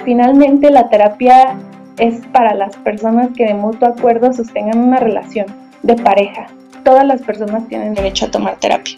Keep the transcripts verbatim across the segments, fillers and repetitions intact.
finalmente la terapia es para las personas que de mutuo acuerdo sostengan una relación de pareja. Todas las personas tienen derecho a tomar terapia.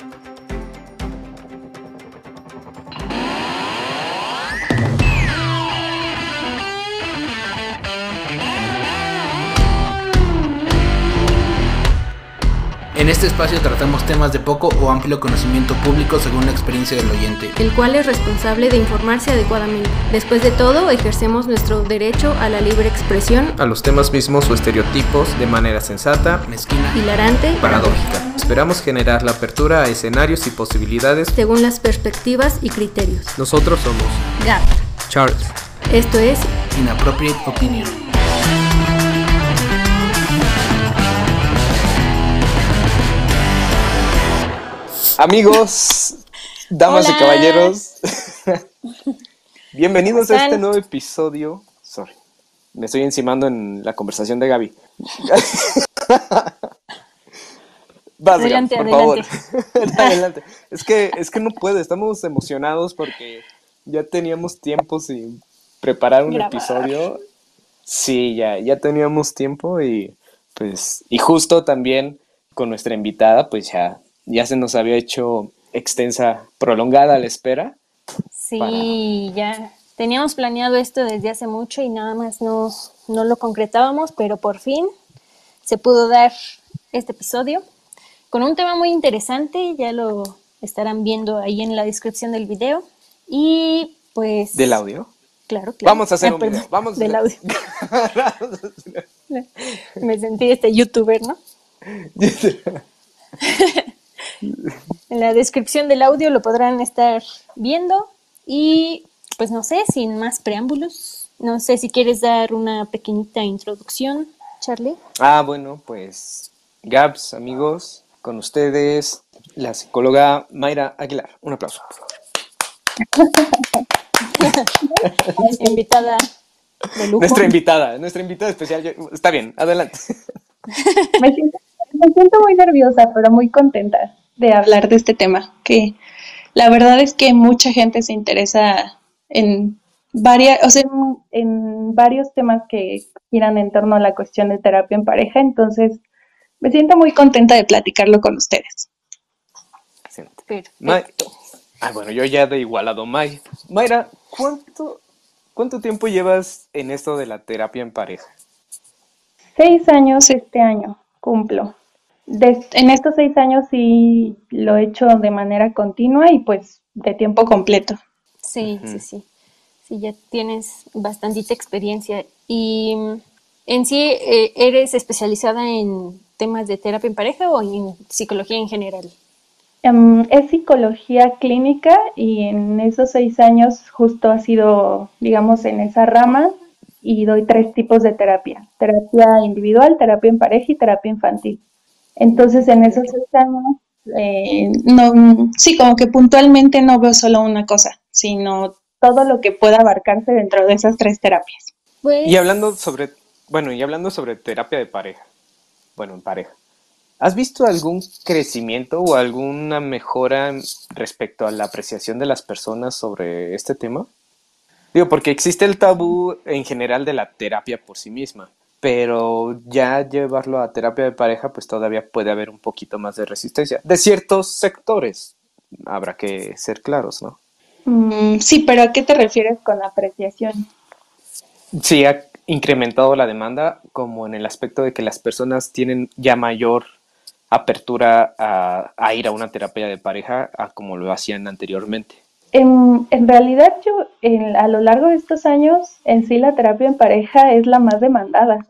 En este espacio tratamos temas de poco o amplio conocimiento público según la experiencia del oyente, el cual es responsable de informarse adecuadamente. Después de todo, ejercemos nuestro derecho a la libre expresión, a los temas mismos o estereotipos de manera sensata, mezquina, hilarante, paradójica. Esperamos generar la apertura a escenarios y posibilidades según las perspectivas y criterios. Nosotros somos Gab, Charles. Esto es Inappropriate Opinion. Amigos, damas Hola. y caballeros, bienvenidos a este nuevo episodio. Sorry, me estoy encimando en la conversación de Gaby. Vas, Adelante, Gaby, por adelante. favor. Adelante. Es que, es que no puedo, estamos emocionados porque ya teníamos tiempo sin preparar un Grabar. episodio. Sí, ya, ya teníamos tiempo y pues, y justo también con nuestra invitada, pues ya. Ya se nos había hecho extensa, prolongada la espera. Sí, ya teníamos planeado esto desde hace mucho y nada más no, no lo concretábamos, pero por fin se pudo dar este episodio con un tema muy interesante, ya lo estarán viendo ahí en la descripción del video. Y pues... ¿Del audio? Claro, claro. Vamos a hacer Ah, un perdón, video. Vamos a del hacer... audio. Me sentí este youtuber, ¿no? En la descripción del audio lo podrán estar viendo y pues no sé, sin más preámbulos, no sé si quieres dar una pequeñita introducción, Charlie. Ah, bueno, pues Gabs, amigos, con ustedes la psicóloga Mayra Aguilar. Un aplauso, por favor. Invitada de lujo. Nuestra invitada, nuestra invitada especial. Está bien, adelante. Me siento, me siento muy nerviosa, pero muy contenta de hablar de este tema, que la verdad es que mucha gente se interesa en varias, o sea, en, en varios temas que giran en torno a la cuestión de terapia en pareja, entonces me siento muy contenta de platicarlo con ustedes. Excelente. Perfecto. May... Ah, bueno, yo ya de igualado, May. Mayra, ¿cuánto, ¿cuánto tiempo llevas en esto de la terapia en pareja? Seis años este año cumplo. De, en estos seis años sí lo he hecho de manera continua y pues de tiempo completo. Sí, Ujú. sí, sí. Sí, ya tienes bastantita experiencia. Y mm, en sí, eh, ¿eres especializada en temas de terapia en pareja o en psicología en general? Um, es psicología clínica y en esos seis años justo ha sido, digamos, en esa rama y doy tres tipos de terapia. Terapia individual, terapia en pareja y terapia infantil. Entonces en esos seis años, eh, no, sí, como que puntualmente no veo solo una cosa, sino todo lo que pueda abarcarse dentro de esas tres terapias. Pues, Y hablando sobre, bueno, y hablando sobre terapia de pareja, bueno, en pareja, ¿has visto algún crecimiento o alguna mejora respecto a la apreciación de las personas sobre este tema? Digo, porque existe el tabú en general de la terapia por sí misma, pero ya llevarlo a terapia de pareja, pues todavía puede haber un poquito más de resistencia. De ciertos sectores, habrá que ser claros, ¿no? Mm, sí, pero ¿a qué te refieres con apreciación? Sí, ha incrementado la demanda como en el aspecto de que las personas tienen ya mayor apertura a, a ir a una terapia de pareja a como lo hacían anteriormente. En, en realidad yo en- a lo largo de estos años en sí la terapia en pareja es la más demandada.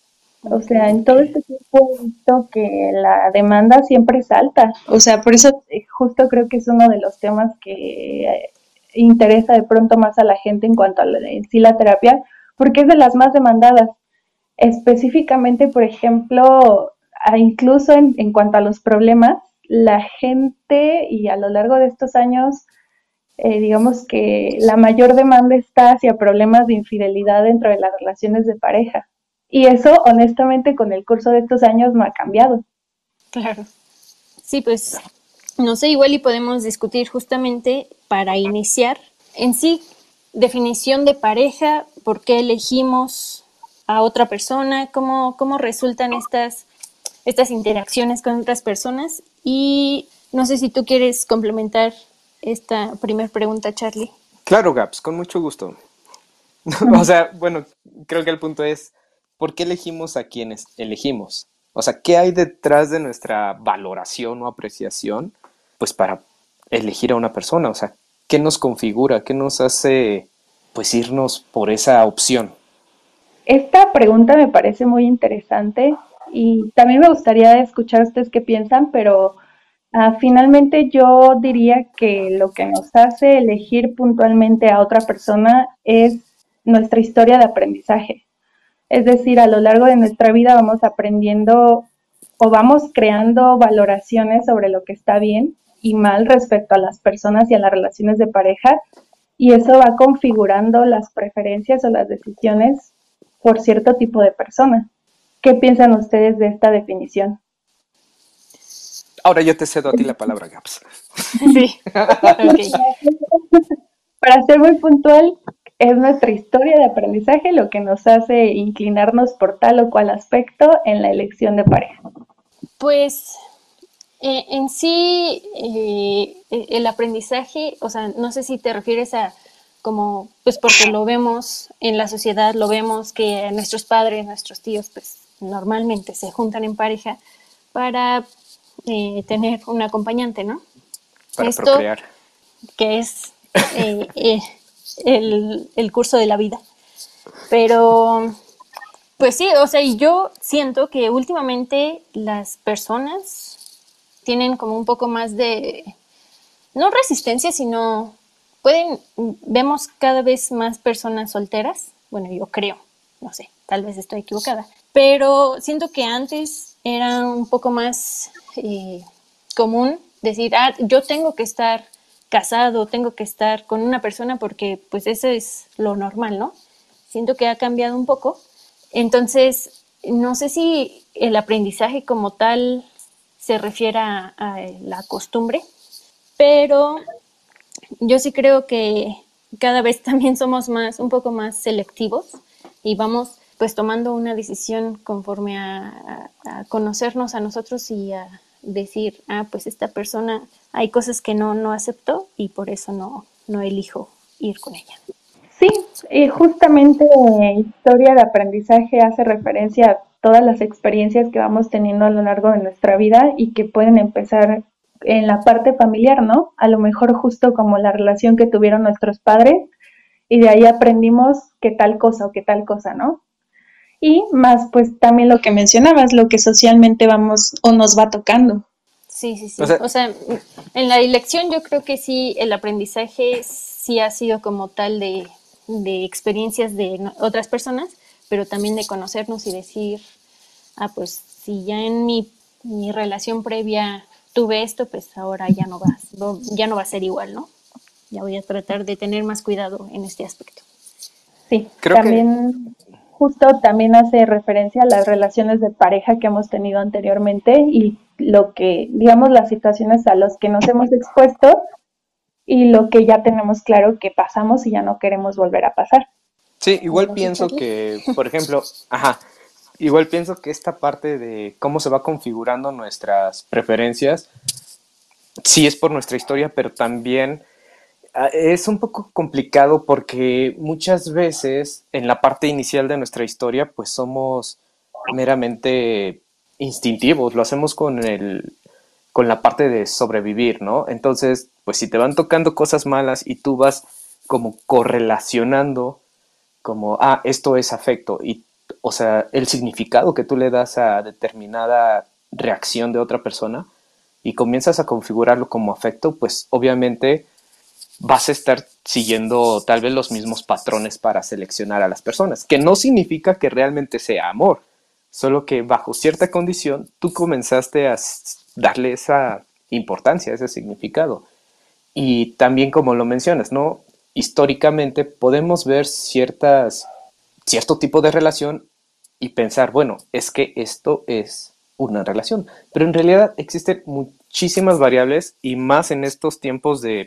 O sea, en todo este tiempo he visto que la demanda siempre es alta. O sea, por eso eh, justo creo que es uno de los temas que eh, interesa de pronto más a la gente en cuanto a la, en sí la terapia, porque es de las más demandadas. Específicamente, por ejemplo, a- incluso en, en cuanto a los problemas, la gente y a lo largo de estos años, eh, digamos que la mayor demanda está hacia problemas de infidelidad dentro de las relaciones de pareja. Y eso, honestamente, con el curso de estos años no ha cambiado. claro. Sí, pues, no sé, igual y podemos discutir justamente para iniciar. En sí, definición de pareja, por qué elegimos a otra persona, cómo, cómo resultan estas, estas interacciones con otras personas. Y no sé si tú quieres complementar esta primera pregunta, Charlie. Claro, Gaps, con mucho gusto. O sea, bueno, creo que el punto es, ¿por qué elegimos a quienes elegimos? O sea, ¿qué hay detrás de nuestra valoración o apreciación, pues para elegir a una persona? O sea, ¿qué nos configura? ¿Qué nos hace, pues, irnos por esa opción? Esta pregunta me parece muy interesante y también me gustaría escuchar a ustedes qué piensan, pero uh, finalmente yo diría que lo que nos hace elegir puntualmente a otra persona es nuestra historia de aprendizaje. Es decir, a lo largo de nuestra vida vamos aprendiendo o vamos creando valoraciones sobre lo que está bien y mal respecto a las personas y a las relaciones de pareja, y eso va configurando las preferencias o las decisiones por cierto tipo de persona. ¿Qué piensan ustedes de esta definición? Ahora yo te cedo a ti la palabra, Gaps. Sí, ok. Para ser muy puntual, es nuestra historia de aprendizaje lo que nos hace inclinarnos por tal o cual aspecto en la elección de pareja. Pues eh, en sí, eh, el aprendizaje, o sea, no sé si te refieres a como, pues porque lo vemos en la sociedad, lo vemos que nuestros padres, nuestros tíos, pues normalmente se juntan en pareja para eh, tener un acompañante, ¿no? Para Esto, procrear. Que es eh, eh, el, el curso de la vida. Pero, pues sí, o sea, y yo siento que últimamente las personas tienen como un poco más de, no resistencia, sino pueden, vemos cada vez más personas solteras. Bueno, yo creo, no sé, tal vez estoy equivocada, pero siento que antes era un poco más eh, común decir, ah, yo tengo que estar casado, tengo que estar con una persona porque pues eso es lo normal, ¿no? Siento que ha cambiado un poco. Entonces, no sé si el aprendizaje como tal se refiere a, a la costumbre, pero yo sí creo que cada vez también somos más, un poco más selectivos y vamos pues tomando una decisión conforme a, a, a conocernos a nosotros y a decir, ah, pues esta persona, hay cosas que no, no acepto y por eso no, no elijo ir con ella. Sí, y justamente eh, historia de aprendizaje hace referencia a todas las experiencias que vamos teniendo a lo largo de nuestra vida y que pueden empezar en la parte familiar, ¿no? A lo mejor justo como la relación que tuvieron nuestros padres y de ahí aprendimos qué tal cosa o qué tal cosa, ¿no? Y más pues también lo que mencionabas, lo que socialmente vamos o nos va tocando. Sí, sí, sí. O sea, o sea, en la elección yo creo que sí, el aprendizaje sí ha sido como tal de, de experiencias de otras personas, pero también de conocernos y decir, ah, pues si ya en mi, mi relación previa tuve esto, pues ahora ya no va, ya no va a ser igual, ¿no? Ya voy a tratar de tener más cuidado en este aspecto. Sí, Creo también que... justo también hace referencia a las relaciones de pareja que hemos tenido anteriormente y lo que, digamos, las situaciones a las que nos hemos expuesto y lo que ya tenemos claro que pasamos y ya no queremos volver a pasar. Sí, igual pienso que, por ejemplo, ajá, igual pienso que esta parte de cómo se va configurando nuestras preferencias, sí es por nuestra historia, pero también es un poco complicado porque muchas veces en la parte inicial de nuestra historia pues somos meramente instintivos, lo hacemos con el con la parte de sobrevivir, ¿no? Entonces, pues si te van tocando cosas malas y tú vas como correlacionando como, ah, esto es afecto y, o sea, el significado que tú le das a determinada reacción de otra persona y comienzas a configurarlo como afecto, pues obviamente vas a estar siguiendo tal vez los mismos patrones para seleccionar a las personas, que no significa que realmente sea amor, solo que bajo cierta condición tú comenzaste a darle esa importancia, ese significado. Y también como lo mencionas, ¿no? Históricamente podemos ver ciertas, cierto tipo de relación y pensar, bueno, es que esto es una relación, pero en realidad existen muchísimas variables y más en estos tiempos de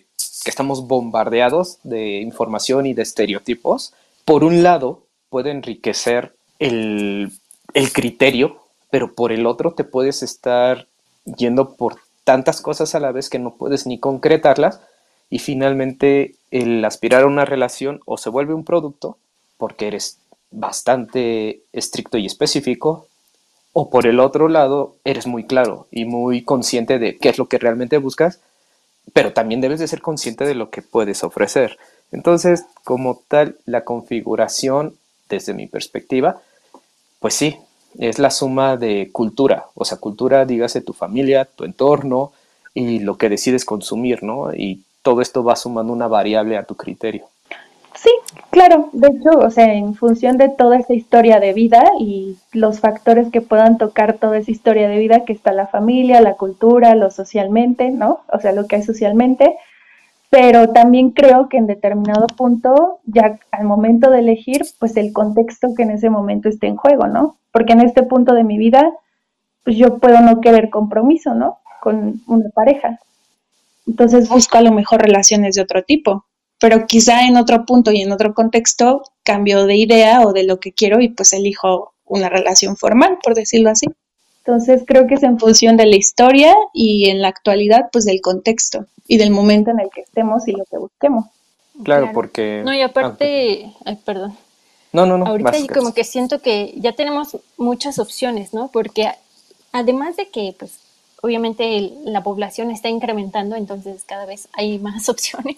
que estamos bombardeados de información y de estereotipos, por un lado puede enriquecer el, el criterio, pero por el otro te puedes estar yendo por tantas cosas a la vez que no puedes ni concretarlas, y finalmente el aspirar a una relación o se vuelve un producto porque eres bastante estricto y específico, o por el otro lado eres muy claro y muy consciente de qué es lo que realmente buscas, pero también debes de ser consciente de lo que puedes ofrecer. Entonces, como tal, la configuración, desde mi perspectiva, pues sí, es la suma de cultura, o sea, cultura, dígase tu familia, tu entorno y lo que decides consumir, ¿no? Y todo esto va sumando una variable a tu criterio. Sí, claro. De hecho, o sea, en función de toda esa historia de vida y los factores que puedan tocar toda esa historia de vida, que está la familia, la cultura, lo socialmente, ¿no? O sea, lo que hay socialmente. Pero también creo que en determinado punto, ya al momento de elegir, pues el contexto que en ese momento esté en juego, ¿no? Porque en este punto de mi vida, pues yo puedo no querer compromiso, ¿no? Con una pareja. Entonces busco a lo mejor relaciones de otro tipo, pero quizá en otro punto y en otro contexto cambio de idea o de lo que quiero y pues elijo una relación formal, por decirlo así. Entonces creo que es en función de la historia y en la actualidad pues del contexto y del momento en el que estemos y lo que busquemos. Claro, claro. Porque... No, y aparte... Ah, ay, perdón. No, no, no. Ahorita como que siento que ya tenemos muchas opciones, ¿no? Porque además de que pues obviamente el, la población está incrementando, entonces cada vez hay más opciones.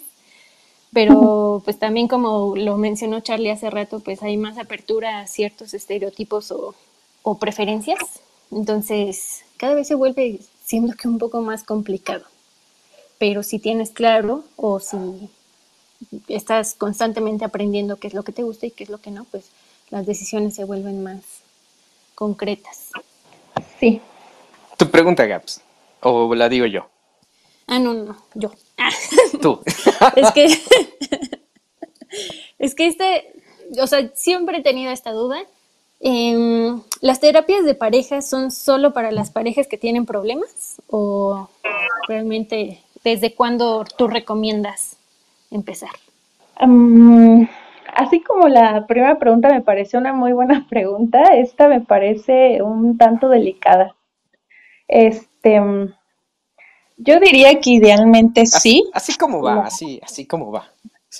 Pero pues también como lo mencionó Charlie hace rato, pues hay más apertura a ciertos estereotipos o, o preferencias. Entonces cada vez se vuelve siendo que un poco más complicado. Pero si tienes claro o si estás constantemente aprendiendo qué es lo que te gusta y qué es lo que no, pues las decisiones se vuelven más concretas. Sí. Tu pregunta, Gaps, o la digo yo. Ah, no, no, yo. Ah. Tú. Es que, es que este, o sea, siempre he tenido esta duda. Eh, ¿Las terapias de pareja son solo para las parejas que tienen problemas? ¿O realmente desde cuándo tú recomiendas empezar? Um, así como la primera pregunta me pareció una muy buena pregunta, esta me parece un tanto delicada. Este... Yo diría que idealmente así, sí. Así como va, la, así, así como va. Sí.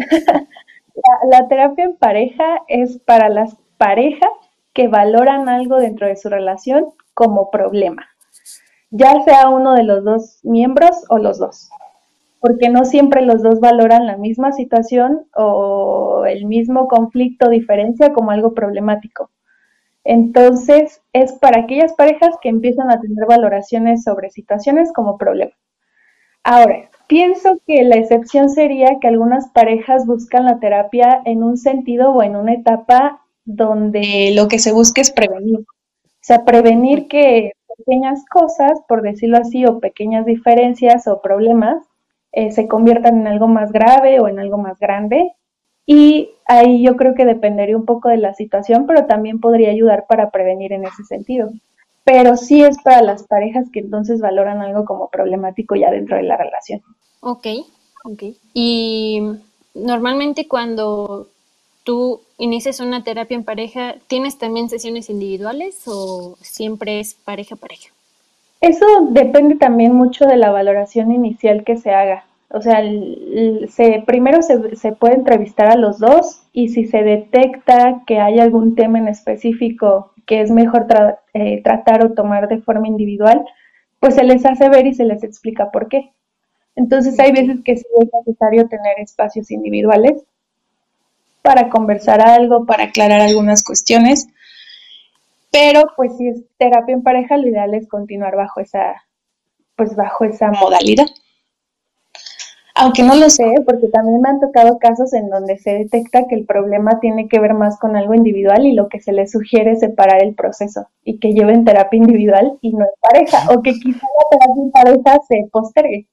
la, la terapia en pareja es para las parejas que valoran algo dentro de su relación como problema, ya sea uno de los dos miembros o los dos, porque no siempre los dos valoran la misma situación o el mismo conflicto o diferencia como algo problemático. Entonces, es para aquellas parejas que empiezan a tener valoraciones sobre situaciones como problemas. Ahora, pienso que la excepción sería que algunas parejas buscan la terapia en un sentido o en una etapa donde lo que se busca es prevenir. O sea, prevenir que pequeñas cosas, por decirlo así, o pequeñas diferencias o problemas, eh, se conviertan en algo más grave o en algo más grande. Y ahí yo creo que dependería un poco de la situación, pero también podría ayudar para prevenir en ese sentido. Pero sí es para las parejas que entonces valoran algo como problemático ya dentro de la relación. Ok, ok. Y normalmente cuando tú inicias una terapia en pareja, ¿tienes también sesiones individuales o siempre es pareja-pareja? Eso depende también mucho de la valoración inicial que se haga. O sea, el, se, primero se, se puede entrevistar a los dos y si se detecta que hay algún tema en específico que es mejor tra eh, tratar o tomar de forma individual, pues se les hace ver y se les explica por qué. Entonces hay veces que sí es necesario tener espacios individuales para conversar algo, para aclarar algunas cuestiones, pero pues si es terapia en pareja, lo ideal es continuar bajo esa, pues bajo esa modalidad. Aunque no lo sé, porque también me han tocado casos en donde se detecta que el problema tiene que ver más con algo individual y lo que se les sugiere es separar el proceso y que lleven terapia individual y no en pareja, o que quizá la terapia en pareja se postergue.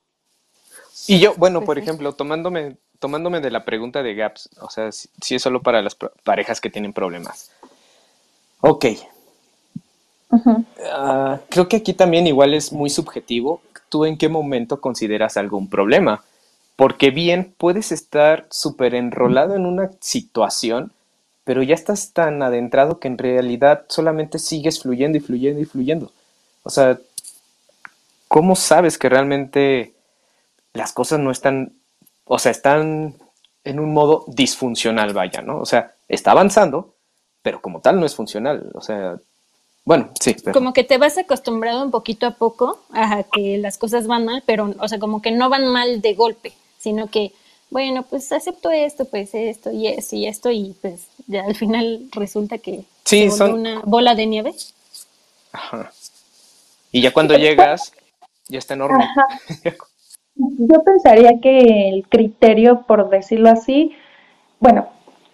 Y yo, bueno, por ejemplo, tomándome, tomándome de la pregunta de Gaps, o sea, si, si es solo para las parejas que tienen problemas. Ok. Uh-huh. uh, creo que aquí también igual es muy subjetivo. ¿Tú en qué momento consideras algo un problema? Porque bien puedes estar súper enrolado en una situación, pero ya estás tan adentrado que en realidad solamente sigues fluyendo y fluyendo y fluyendo. O sea, ¿cómo sabes que realmente las cosas no están, o sea, están en un modo disfuncional, vaya, ¿no? O sea, está avanzando, pero como tal no es funcional. O sea, bueno, sí, pero... Como que te vas acostumbrado un poquito a poco a que las cosas van mal, pero, o sea, como que no van mal de golpe, sino que, bueno, pues acepto esto, pues esto y esto y esto, y pues ya al final resulta que Sí, se volvió son... una bola de nieve. Ajá. Y ya cuando llegas, ya está enorme. Ajá. Yo pensaría que el criterio, por decirlo así, bueno,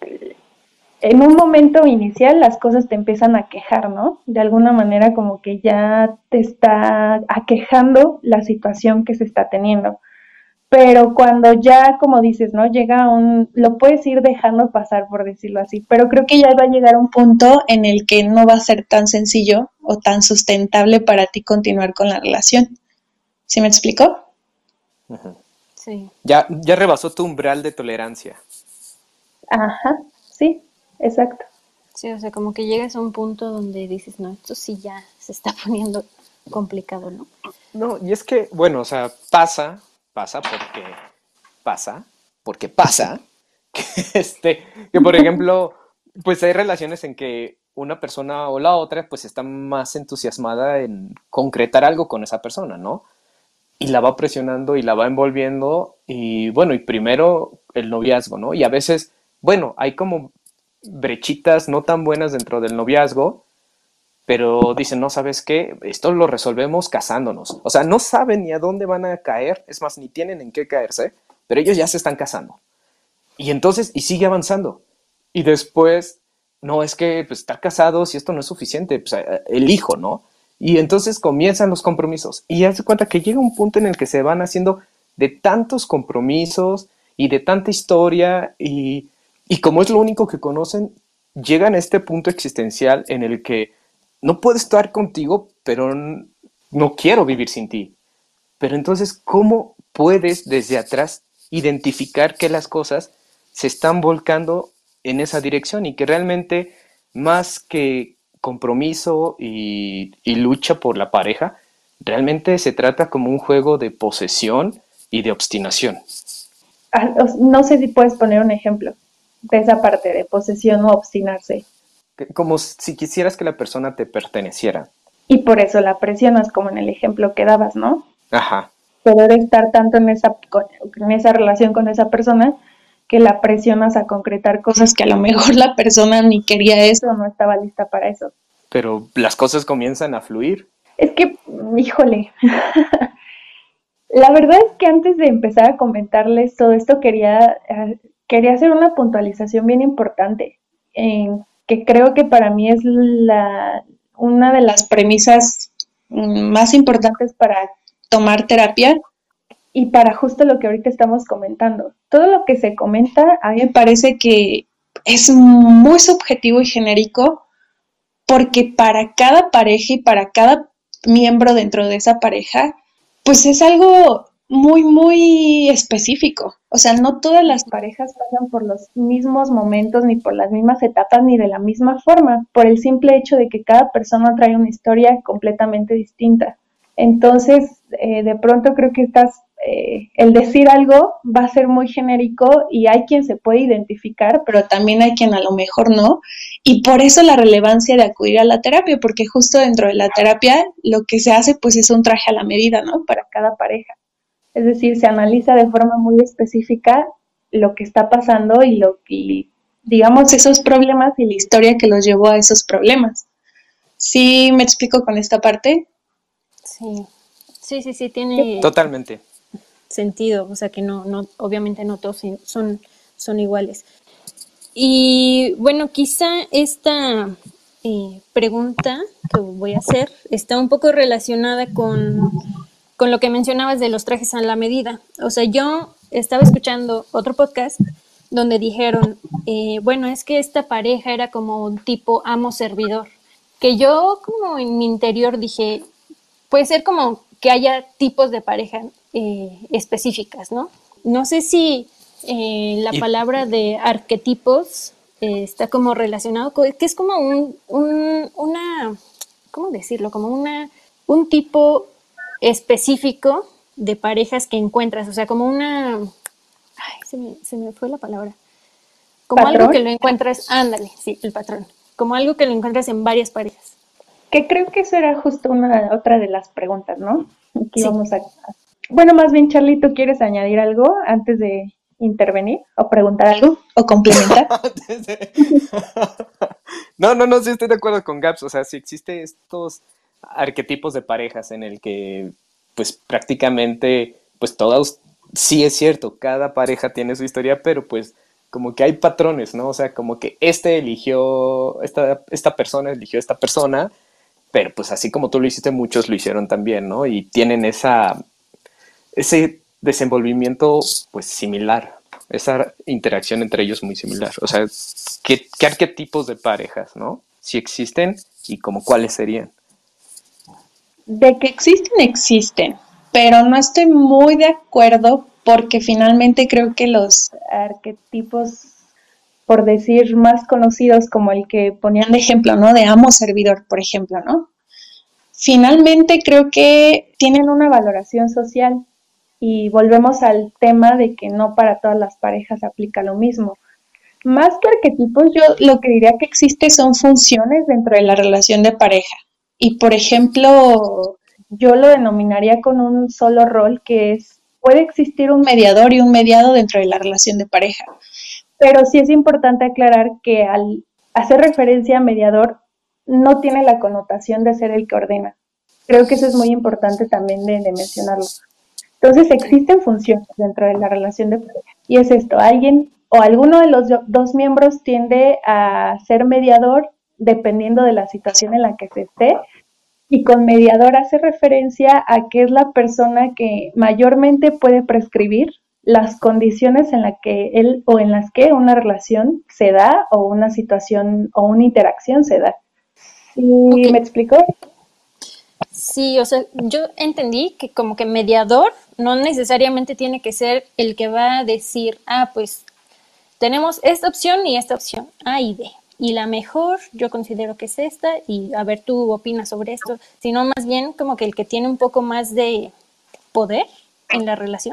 en un momento inicial las cosas te empiezan a quejar, ¿no? De alguna manera como que ya te está aquejando la situación que se está teniendo. Pero cuando ya, como dices, ¿no? Llega un, lo puedes ir dejando pasar, por decirlo así, pero creo que ya va a llegar un punto en el que no va a ser tan sencillo o tan sustentable para ti continuar con la relación. ¿Sí me explico? Uh-huh. Sí. Ya, ya rebasó tu umbral de tolerancia. Ajá, sí, exacto. Sí, o sea, como que llegas a un punto donde dices, no, esto sí ya se está poniendo complicado, ¿no? No, y es que, bueno, o sea, pasa, pasa porque pasa, porque pasa, que este, que por ejemplo, pues hay relaciones en que una persona o la otra pues está más entusiasmada en concretar algo con esa persona, ¿no? Y la va presionando y la va envolviendo y bueno, y primero el noviazgo, ¿no? Y a veces, bueno, hay como brechitas no tan buenas dentro del noviazgo, pero dicen, no, ¿sabes qué? Esto lo resolvemos casándonos. O sea, no saben ni a dónde van a caer, es más, ni tienen en qué caerse, pero ellos ya se están casando. Y entonces, y sigue avanzando. Y después, no, es que pues, estar casados y esto no es suficiente, pues, el hijo, ¿no? Y entonces comienzan los compromisos. Y hace cuenta que llega un punto en el que se van haciendo de tantos compromisos y de tanta historia y, y como es lo único que conocen, llegan a este punto existencial en el que no puedo estar contigo, pero no quiero vivir sin ti. Pero entonces, ¿cómo puedes desde atrás identificar que las cosas se están volcando en esa dirección y que realmente más que compromiso y, y lucha por la pareja, realmente se trata como un juego de posesión y de obstinación? No sé si puedes poner un ejemplo de esa parte de posesión o obstinarse. Como si quisieras que la persona te perteneciera. Y por eso la presionas, como en el ejemplo que dabas, ¿no? Ajá. Poder estar tanto en esa, en esa relación con esa persona que la presionas a concretar cosas que a lo mejor la persona ni quería eso o no estaba lista para eso. Pero las cosas comienzan a fluir. Es que, híjole, la verdad es que antes de empezar a comentarles todo esto quería, quería hacer una puntualización bien importante, eh, que creo que para mí es la, una de las premisas más importantes para tomar terapia y para justo lo que ahorita estamos comentando. Todo lo que se comenta a mí me parece que es muy subjetivo y genérico porque para cada pareja y para cada miembro dentro de esa pareja, pues es algo muy, muy específico. O sea, no todas las parejas pasan por los mismos momentos, ni por las mismas etapas, ni de la misma forma, por el simple hecho de que cada persona trae una historia completamente distinta. Entonces, eh, de pronto creo que estás, eh, el decir algo va a ser muy genérico y hay quien se puede identificar, pero también hay quien a lo mejor no. Y por eso la relevancia de acudir a la terapia, porque justo dentro de la terapia lo que se hace pues es un traje a la medida, ¿no? Para cada pareja. Es decir, se analiza de forma muy específica lo que está pasando y, lo, y digamos, esos problemas y la historia que los llevó a esos problemas. ¿Sí me explico con esta parte? Sí, sí, sí, sí, tiene totalmente sentido, o sea que no, no, obviamente no todos son, son iguales. Y bueno, quizá esta eh, pregunta que voy a hacer está un poco relacionada con, con lo que mencionabas de los trajes a la medida. O sea, yo estaba escuchando otro podcast donde dijeron, eh, bueno, es que esta pareja era como un tipo amo-servidor, que yo como en mi interior dije, puede ser como que haya tipos de pareja eh, específicas, ¿no? No sé si eh, la Y- palabra de arquetipos eh, está como relacionado con, que es como un, un, una, ¿cómo decirlo? Como una, un tipo específico de parejas que encuentras, o sea, como una, ay, se me, se me fue la palabra, como algo que Patrón, lo encuentras, ándale, sí, el patrón, como algo que lo encuentras en varias parejas. que creo que eso era justo una otra de las preguntas, ¿no? Que Sí. íbamos a... Bueno, más bien, Charlie, ¿tú quieres añadir algo antes de intervenir o preguntar algo o complementar? No, no, no, sí estoy de acuerdo con Gaps. O sea, si existe estos arquetipos de parejas en el que, pues prácticamente, pues todos, sí es cierto, cada pareja tiene su historia, pero pues como que hay patrones, ¿no? O sea, como que este eligió, esta, esta persona eligió esta persona, pero pues así como tú lo hiciste, muchos lo hicieron también, ¿no? Y tienen esa, ese desenvolvimiento pues similar, esa interacción entre ellos muy similar. O sea, ¿qué, qué arquetipos de parejas, no? Si existen y como cuáles serían. De que existen, existen, pero no estoy muy de acuerdo porque finalmente creo que los arquetipos, por decir más conocidos como el que ponían de ejemplo, ¿no? De amo servidor, por ejemplo, ¿no? Finalmente creo que tienen una valoración social y volvemos al tema de que no para todas las parejas aplica lo mismo. Más que arquetipos, yo lo que diría que existe son funciones dentro de la relación de pareja. Y por ejemplo, yo lo denominaría con un solo rol que es, puede existir un mediador y un mediado dentro de la relación de pareja. Pero sí es importante aclarar que al hacer referencia a mediador no tiene la connotación de ser el que ordena. Creo que eso es muy importante también de, de mencionarlo. Entonces existen funciones dentro de la relación de pareja. Y es esto, alguien o alguno de los dos miembros tiende a ser mediador dependiendo de la situación en la que se esté. Y con mediador hace referencia a que es la persona que mayormente puede prescribir las condiciones en las que él o en las que una relación se da o una situación o una interacción se da. ¿Sí Ok, me explico? sí, o sea, yo entendí que como que mediador no necesariamente tiene que ser el que va a decir, ah, pues tenemos esta opción y esta opción, A y B. Y la mejor yo considero que es esta y a ver, tú opinas sobre esto, sino más bien como que el que tiene un poco más de poder en la relación.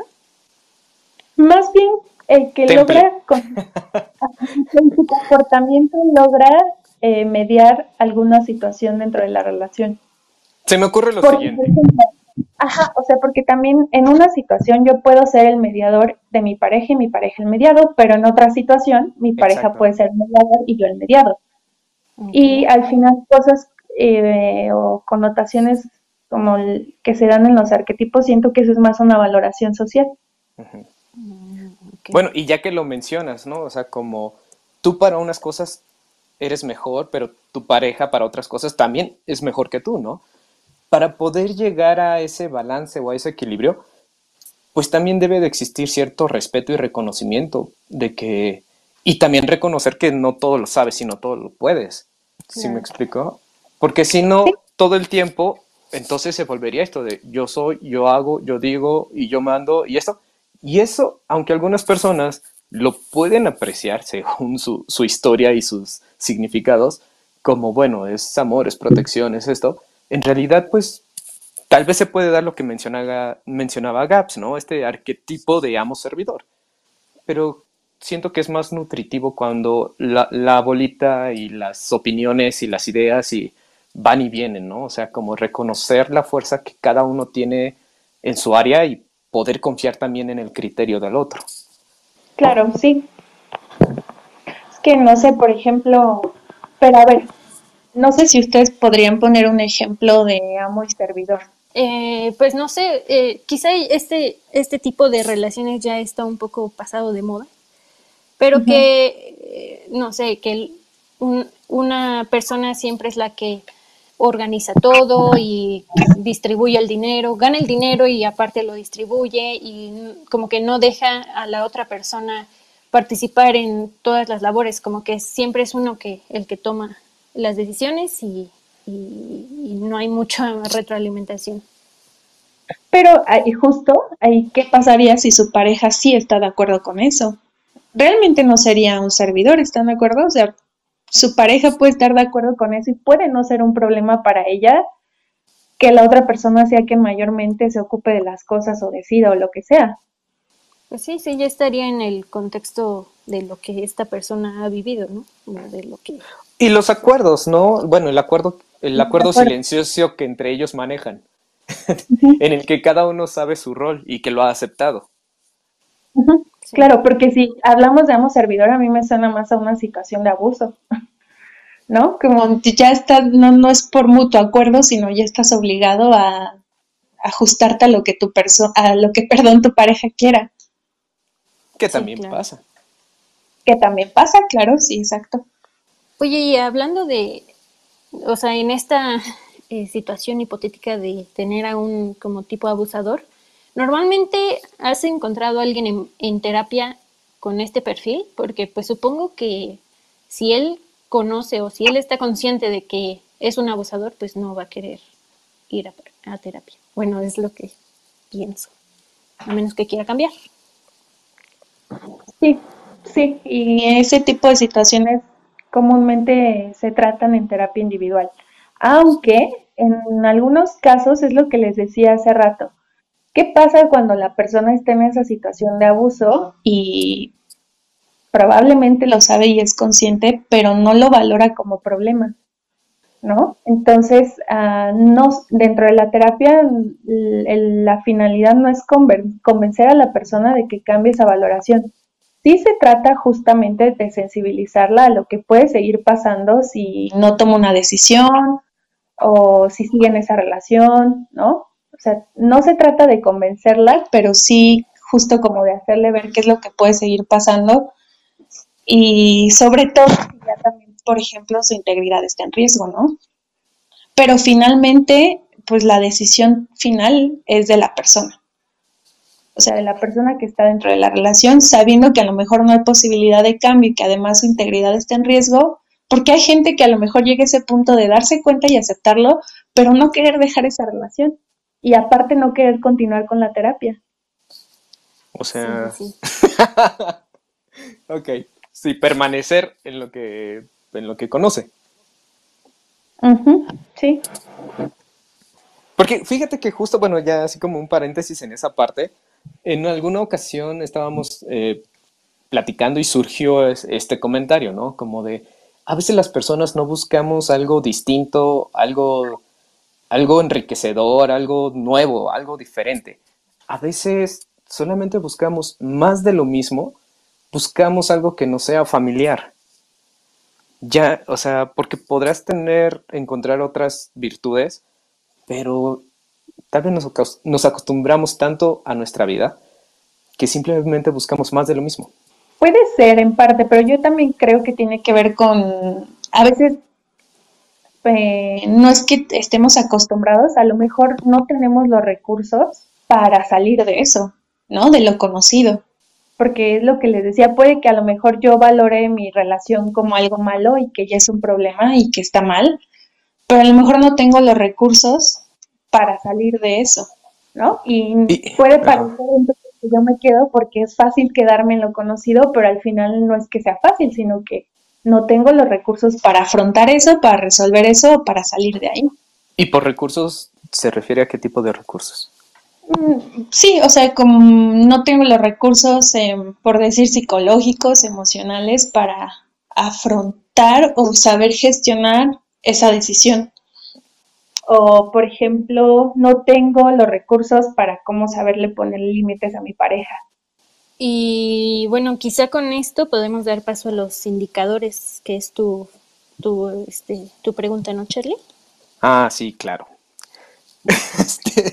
Más bien el que Temple. logra con, con su comportamiento logra eh, mediar alguna situación dentro de la relación. Se me ocurre lo Porque, por siguiente. ejemplo, ajá, o sea, porque también en una situación yo puedo ser el mediador de mi pareja y mi pareja el mediado, pero en otra situación mi pareja Exacto. puede ser el mediador y yo el mediado. Y Okay. al final cosas eh, o connotaciones como el, que se dan en los arquetipos, siento que eso es más una valoración social. Ujú. Okay. Bueno, y ya que lo mencionas, ¿no? O sea, como tú para unas cosas eres mejor, pero tu pareja para otras cosas también es mejor que tú, ¿no? Para poder llegar a ese balance o a ese equilibrio, pues también debe de existir cierto respeto y reconocimiento de que, y también reconocer que no todo lo sabes, sino todo lo puedes. ¿Sí me Claro. explico? Porque si Sí, no, todo el tiempo, entonces se volvería esto de yo soy, yo hago, yo digo y yo mando y esto. Y eso, aunque algunas personas lo pueden apreciar según su, su historia y sus significados, como bueno, es amor, es protección, es esto, en realidad pues tal vez se puede dar lo que mencionaba, mencionaba Gaps, ¿no? Este arquetipo de amo-servidor. Pero siento que es más nutritivo cuando la, la bolita y las opiniones y las ideas y van y vienen, ¿no? O sea, como reconocer la fuerza que cada uno tiene en su área y poder confiar también en el criterio del otro. claro, sí. Es que no sé, por ejemplo, pero a ver, no sé si ustedes podrían poner un ejemplo de amo y servidor. Eh, pues no sé, eh, quizá este, este tipo de relaciones ya está un poco pasado de moda, pero Ujú. que, eh, no sé, que el- un- una persona siempre es la que organiza todo y distribuye el dinero, gana el dinero y aparte lo distribuye y n- como que no deja a la otra persona participar en todas las labores, como que siempre es uno que el que toma las decisiones y, y- y no hay mucha retroalimentación. Pero ahí, justo ahí, ¿qué pasaría si su pareja sí está de acuerdo con eso? Realmente no sería un servidor, ¿están de acuerdo? O sea, su pareja puede estar de acuerdo con eso y puede no ser un problema para ella que la otra persona sea quien mayormente se ocupe de las cosas o decida o lo que sea. Pues sí, sí, ya estaría en el contexto de lo que esta persona ha vivido, ¿no? Como de lo que... Y los acuerdos, ¿no? Bueno, el acuerdo, el De acuerdo acuerdo. silencioso que entre ellos manejan, Ujú, en el que cada uno sabe su rol y que lo ha aceptado. ujú. Sí, Claro, porque si hablamos de amo servidor, a mí me suena más a una situación de abuso, ¿no? Como ya estás, no, no es por mutuo acuerdo, sino ya estás obligado a ajustarte a lo que tu persona, a lo que, perdón, tu pareja quiera. Que sí, también claro. pasa. Que también pasa, claro, sí, exacto. Oye, y hablando de, o sea, en esta eh, situación hipotética de tener a un como tipo abusador, ¿normalmente has encontrado a alguien en, en terapia con este perfil? Porque pues supongo que si él conoce o si él está consciente de que es un abusador, pues no va a querer ir a, a terapia. Bueno, es lo que pienso, a menos que quiera cambiar. Sí, sí, y ese tipo de situaciones comúnmente se tratan en terapia individual, aunque en algunos casos es lo que les decía hace rato. ¿Qué pasa cuando la persona está en esa situación de abuso y probablemente lo sabe y es consciente, pero no lo valora como problema? ¿No? Entonces, uh, no, dentro de la terapia, el, la finalidad no es convencer a la persona de que cambie esa valoración. Sí se trata justamente de sensibilizarla a lo que puede seguir pasando si no toma una decisión o si sigue en esa relación, ¿no? O sea, no se trata de convencerla, pero sí justo como de hacerle ver qué es lo que puede seguir pasando y sobre todo si ya también, por ejemplo, su integridad está en riesgo, ¿no? Pero finalmente, pues la decisión final es de la persona. O sea, de la persona que está dentro de la relación, sabiendo que a lo mejor no hay posibilidad de cambio y que además su integridad está en riesgo, porque hay gente que a lo mejor llega a ese punto de darse cuenta y aceptarlo, pero no querer dejar esa relación. Y aparte no querer continuar con la terapia. O Sí, sí, sea, sí. ok, sí, permanecer en lo que, en lo que conoce. Uh-huh, sí. Porque fíjate que justo, bueno, ya así como un paréntesis en esa parte, en alguna ocasión estábamos eh, platicando y surgió es- este comentario, ¿no? Como de, a veces las personas no buscamos algo distinto, algo, algo enriquecedor, algo nuevo, algo diferente. A veces solamente buscamos más de lo mismo, buscamos algo que no sea familiar. Ya, o sea, porque podrás tener, encontrar otras virtudes, pero tal vez nos, acos- nos acostumbramos tanto a nuestra vida que simplemente buscamos más de lo mismo. Puede ser en parte, pero yo también creo que tiene que ver con, a veces eh, no es que estemos acostumbrados, a lo mejor no tenemos los recursos para salir de eso, ¿no? De lo conocido. Porque es lo que les decía, puede que a lo mejor yo valore mi relación como algo malo y que ya es un problema y que está mal, pero a lo mejor no tengo los recursos para salir de eso, ¿no? Y Y, puede parecer ajá. entonces que yo me quedo porque es fácil quedarme en lo conocido, pero al final no es que sea fácil, sino que no tengo los recursos para afrontar eso, para resolver eso o para salir de ahí. Y por recursos, ¿se refiere a qué tipo de recursos? Mm, sí, o sea, como no tengo los recursos, eh, por decir, psicológicos, emocionales, para afrontar o saber gestionar esa decisión. O, por ejemplo, no tengo los recursos para cómo saberle poner límites a mi pareja. Y bueno, quizá con esto podemos dar paso a los indicadores, que es tu, tu, este, tu pregunta, ¿no, Charlie? Ah, sí, claro. Este,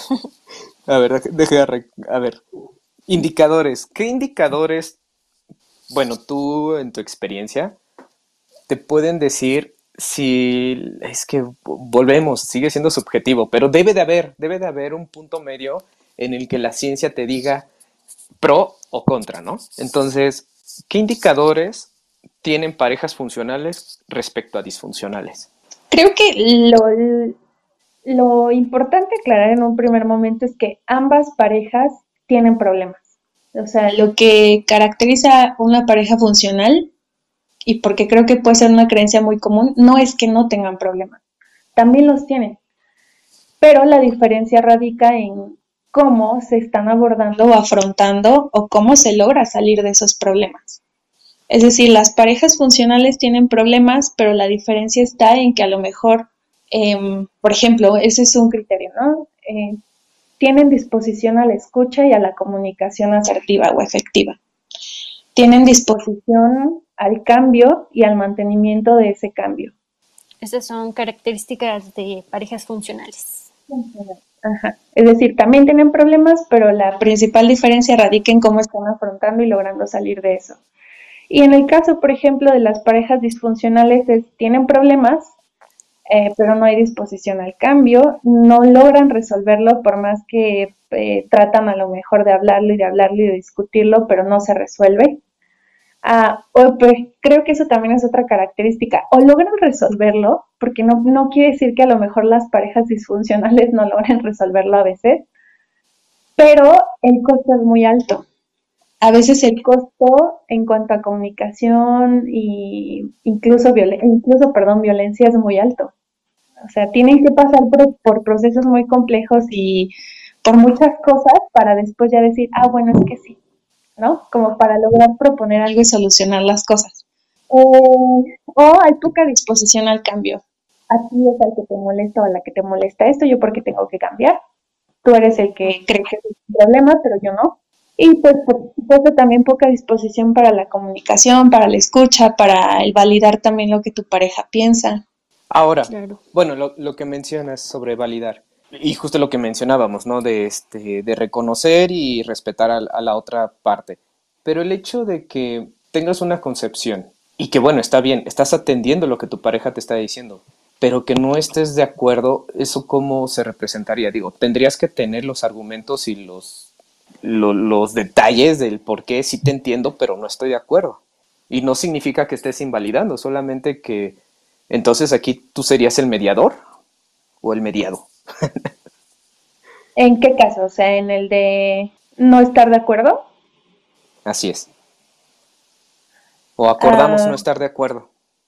a ver, deje de re- a ver. Indicadores. ¿Qué indicadores, bueno, tú en tu experiencia, te pueden decir si es que volvemos, sigue siendo subjetivo, pero debe de haber, debe de haber un punto medio en el que la ciencia te diga pro o contra, ¿no? Entonces, ¿qué indicadores tienen parejas funcionales respecto a disfuncionales? Creo que lo, Lo importante aclarar en un primer momento es que ambas parejas tienen problemas. O sea, lo que caracteriza una pareja funcional, y porque creo que puede ser una creencia muy común, no es que no tengan problemas, también los tienen, pero la diferencia radica en cómo se están abordando o afrontando o cómo se logra salir de esos problemas. Es decir, las parejas funcionales tienen problemas, pero la diferencia está en que a lo mejor, eh, por ejemplo, ese es un criterio, ¿no? Eh, tienen disposición a la escucha y a la comunicación asertiva o efectiva. Tienen disposición al cambio y al mantenimiento de ese cambio. Esas son características de parejas funcionales. Ajá. Es decir, también tienen problemas, pero la principal diferencia radica en cómo están afrontando y logrando salir de eso. Y en el caso, por ejemplo, de las parejas disfuncionales, es, tienen problemas, eh, pero no hay disposición al cambio, no logran resolverlo por más que eh, tratan a lo mejor de hablarlo y de hablarlo y de discutirlo, pero no se resuelve. Ah, o, pues, creo que eso también es otra característica. O logran resolverlo, porque no, no quiere decir que a lo mejor las parejas disfuncionales no logren resolverlo a veces, pero el costo es muy alto. A veces el costo en cuanto a comunicación y incluso, violen incluso perdón, violencia es muy alto. O sea, tienen que pasar por, por procesos muy complejos y por muchas cosas para después ya decir, ah, bueno, es que sí, ¿no? Como para lograr proponer algo y solucionar las cosas. O, o hay poca disposición al cambio. A ti es al que te molesta o a la que te molesta esto, yo porque tengo que cambiar. Tú eres el que cree que es un problema, pero yo no. Y pues por supuesto también poca disposición para la comunicación, para la escucha, para el validar también lo que tu pareja piensa. Ahora, Claro. bueno, lo, lo que mencionas sobre validar, y justo lo que mencionábamos, ¿no? De, este, de reconocer y respetar a, a la otra parte. Pero el hecho de que tengas una concepción y que, bueno, está bien, estás atendiendo lo que tu pareja te está diciendo, pero que no estés de acuerdo, ¿eso cómo se representaría? Digo, tendrías que tener los argumentos y los, lo, los detalles del por qué sí te entiendo, pero no estoy de acuerdo. Y no significa que estés invalidando, solamente que entonces aquí tú serías el mediador o el mediado. ¿En qué caso? O sea, en el de no estar de acuerdo. Así es. O acordamos Uh, no estar de acuerdo.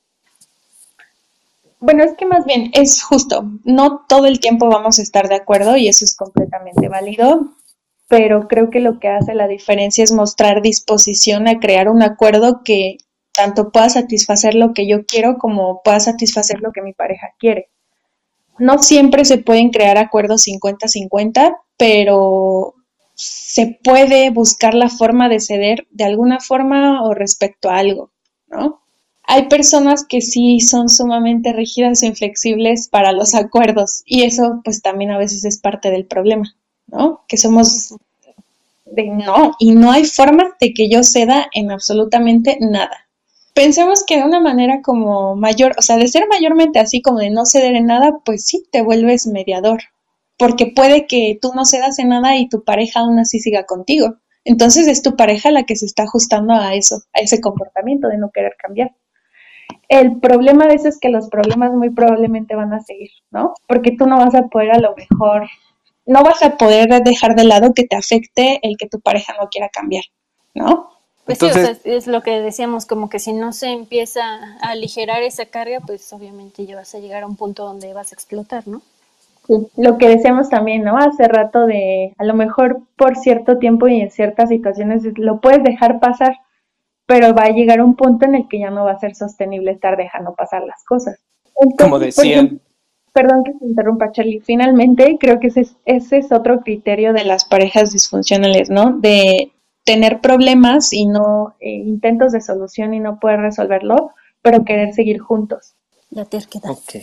Bueno, es que más bien es justo, no todo el tiempo vamos a estar de acuerdo y eso es completamente válido, pero creo que lo que hace la diferencia es mostrar disposición a crear un acuerdo que tanto pueda satisfacer lo que yo quiero como pueda satisfacer lo que mi pareja quiere. No siempre se pueden crear acuerdos cincuenta cincuenta, pero se puede buscar la forma de ceder de alguna forma o respecto a algo, ¿no? Hay personas que sí son sumamente rígidas o inflexibles para los acuerdos y eso pues también a veces es parte del problema, ¿no? Que somos de no, y no hay forma de que yo ceda en absolutamente nada. Pensemos que de una manera como mayor, o sea, de ser mayormente así como de no ceder en nada, pues sí te vuelves mediador, porque puede que tú no cedas en nada y tu pareja aún así siga contigo. Entonces es tu pareja la que se está ajustando a eso, a ese comportamiento de no querer cambiar. El problema de eso es que los problemas muy probablemente van a seguir, ¿no? Porque tú no vas a poder a lo mejor, no vas a poder dejar de lado que te afecte el que tu pareja no quiera cambiar, ¿no? Pues Entonces, sí, o sea, es lo que decíamos, como que si no se empieza a aligerar esa carga, pues obviamente ya vas a llegar a un punto donde vas a explotar, ¿no? Sí, lo que decíamos también, ¿no? Hace rato de, a lo mejor por cierto tiempo y en ciertas situaciones lo puedes dejar pasar, pero va a llegar un punto en el que ya no va a ser sostenible estar dejando pasar las cosas. Entonces, como decían. Ejemplo, perdón que se interrumpa, Charlie. Finalmente, creo que ese es, ese es otro criterio de las parejas disfuncionales, ¿no? De tener problemas y no, eh, intentos de solución y no poder resolverlo, pero querer seguir juntos. La terquedad. Ok.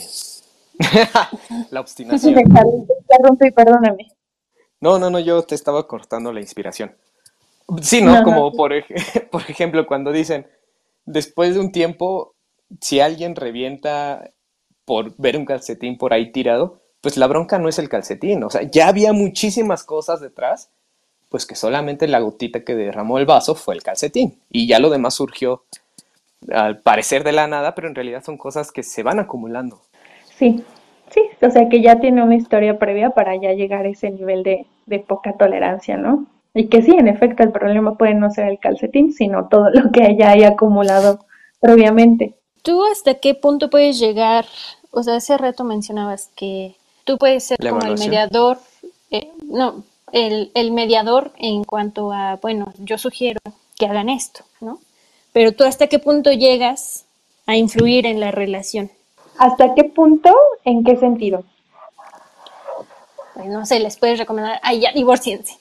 La obstinación. Te interrumpo y perdóname. No, no, no, yo te estaba cortando la inspiración. Sí, ¿no? no Como no. Por, ej- por ejemplo, cuando dicen, después de un tiempo, si alguien revienta por ver un calcetín por ahí tirado, pues la bronca no es el calcetín. O sea, ya había muchísimas cosas detrás, pues que solamente la gotita que derramó el vaso fue el calcetín. Y ya lo demás surgió al parecer de la nada, pero en realidad son cosas que se van acumulando. Sí, Sí, o sea que ya tiene una historia previa para ya llegar a ese nivel de, de poca tolerancia, ¿no? Y que sí, en efecto, el problema puede no ser el calcetín, sino todo lo que ya haya acumulado previamente. ¿Tú hasta qué punto puedes llegar? O sea, hace rato mencionabas que tú puedes ser La como el evaluación. mediador, eh, no, el, el mediador en cuanto a, bueno, yo sugiero que hagan esto, ¿no? Pero tú hasta qué punto llegas a influir en la relación. ¿Hasta qué punto? ¿En qué sentido? Pues no sé, les puedes recomendar, ay, ya, divórciense.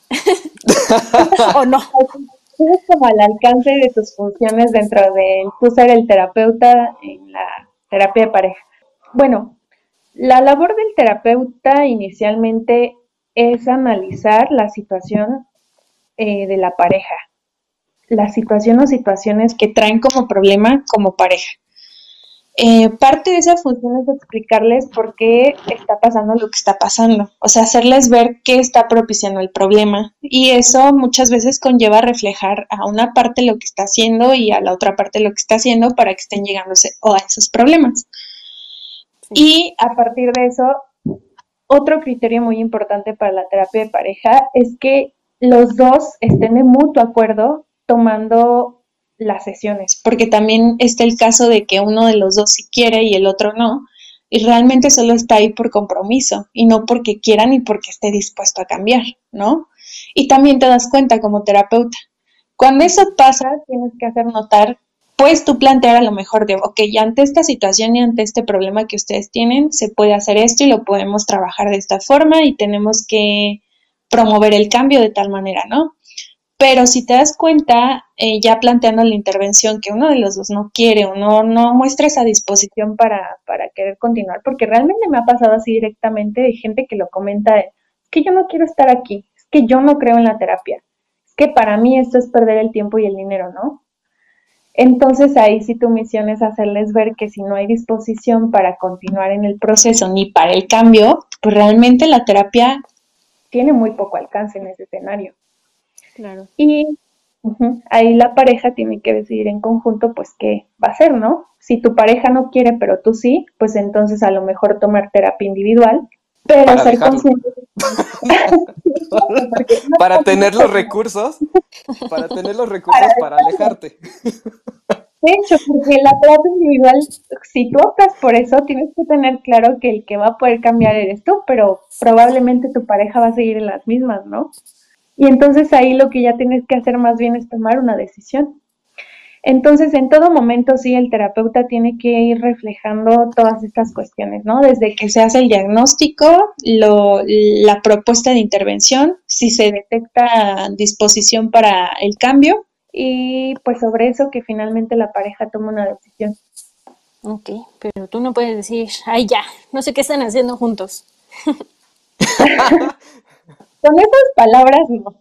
O no. Es como al alcance de tus funciones dentro de tú ser el terapeuta en la terapia de pareja. Bueno, la labor del terapeuta inicialmente es analizar la situación eh, de la pareja, la situación o situaciones que traen como problema como pareja. Eh, parte de esa función es explicarles por qué está pasando lo que está pasando, o sea, hacerles ver qué está propiciando el problema, y eso muchas veces conlleva reflejar a una parte lo que está haciendo y a la otra parte lo que está haciendo para que estén llegando a esos problemas. Sí. Y a partir de eso, otro criterio muy importante para la terapia de pareja es que los dos estén de mutuo acuerdo tomando las sesiones, porque también está el caso de que uno de los dos sí quiere y el otro no, y realmente solo está ahí por compromiso y no porque quiera ni porque esté dispuesto a cambiar, ¿no? Y también te das cuenta como terapeuta. Cuando eso pasa, tienes que hacer notar, puedes tú plantear a lo mejor de, ok, ya ante esta situación y ante este problema que ustedes tienen, se puede hacer esto y lo podemos trabajar de esta forma y tenemos que promover el cambio de tal manera, ¿no? Pero si te das cuenta, eh, ya planteando la intervención, que uno de los dos no quiere o no, no muestra esa disposición para, para querer continuar, porque realmente me ha pasado así directamente de gente que lo comenta, es que yo no quiero estar aquí, es que yo no creo en la terapia, es que para mí esto es perder el tiempo y el dinero, ¿no? Entonces ahí sí tu misión es hacerles ver que si no hay disposición para continuar en el proceso ni para el cambio, pues realmente la terapia tiene muy poco alcance en ese escenario. Claro. Y uh-huh, ahí la pareja tiene que decidir en conjunto, pues, qué va a hacer, ¿no? Si tu pareja no quiere, pero tú sí, pues entonces a lo mejor tomar terapia individual, pero para ser dejarlo. consciente. Para tener los recursos, para tener los recursos para, para alejarte. De hecho, porque la terapia individual, si tú optas por eso, tienes que tener claro que el que va a poder cambiar eres tú, pero probablemente tu pareja va a seguir en las mismas, ¿no? Y entonces ahí lo que ya tienes que hacer más bien es tomar una decisión. Entonces, en todo momento, sí, el terapeuta tiene que ir reflejando todas estas cuestiones, ¿no? Desde que se hace el diagnóstico, lo, la propuesta de intervención, si se detecta disposición para el cambio, y pues sobre eso que finalmente la pareja toma una decisión. Ok, pero tú no puedes decir, ay ya, no sé qué están haciendo juntos. Con esas palabras, no.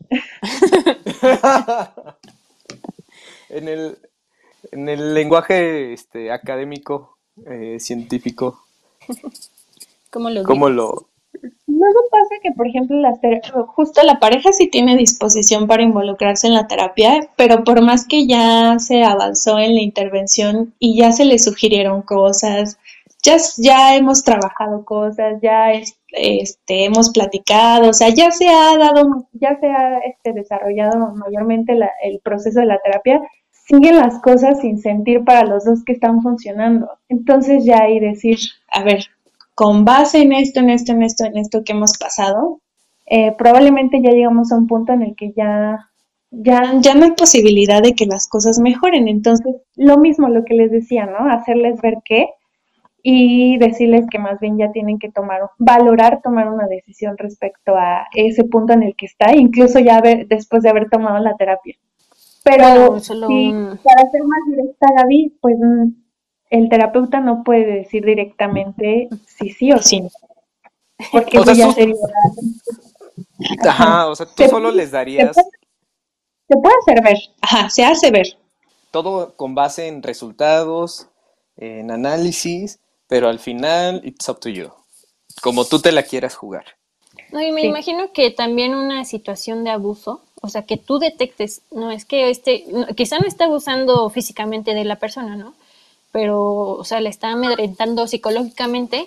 en, el, en el lenguaje este, académico, eh, científico, ¿Cómo lo ¿cómo dices? lo...? Luego pasa que, por ejemplo, las justo la pareja sí tiene disposición para involucrarse en la terapia, pero por más que ya se avanzó en la intervención y ya se le sugirieron cosas, ya, ya hemos trabajado cosas, ya este, hemos platicado, o sea, ya se ha dado, ya se ha este, desarrollado mayormente la, el proceso de la terapia, siguen las cosas sin sentir para los dos que están funcionando. Entonces ya hay decir, a ver, con base en esto, en esto, en esto, en esto que hemos pasado, eh, probablemente ya llegamos a un punto en el que ya, ya, ya no hay posibilidad de que las cosas mejoren. Entonces, lo mismo lo que les decía, ¿no? Hacerles ver qué y decirles que más bien ya tienen que tomar, valorar tomar una decisión respecto a ese punto en el que está, incluso ya haber, después de haber tomado la terapia. Pero bueno, solo sí, un... para ser más directa, Gaby, pues el terapeuta no puede decir directamente si sí o sí no. Porque o eso sea, ya tú... sería... Ajá, o sea, tú se, solo les darías... Se puede, se puede hacer ver, ajá, se hace ver. Todo con base en resultados, en análisis, pero al final, it's up to you. Como tú te la quieras jugar. No, y me Sí. imagino que también una situación de abuso, o sea, que tú detectes, no, es que este, no, quizá no está abusando físicamente de la persona, ¿no? Pero, o sea, le está amedrentando psicológicamente,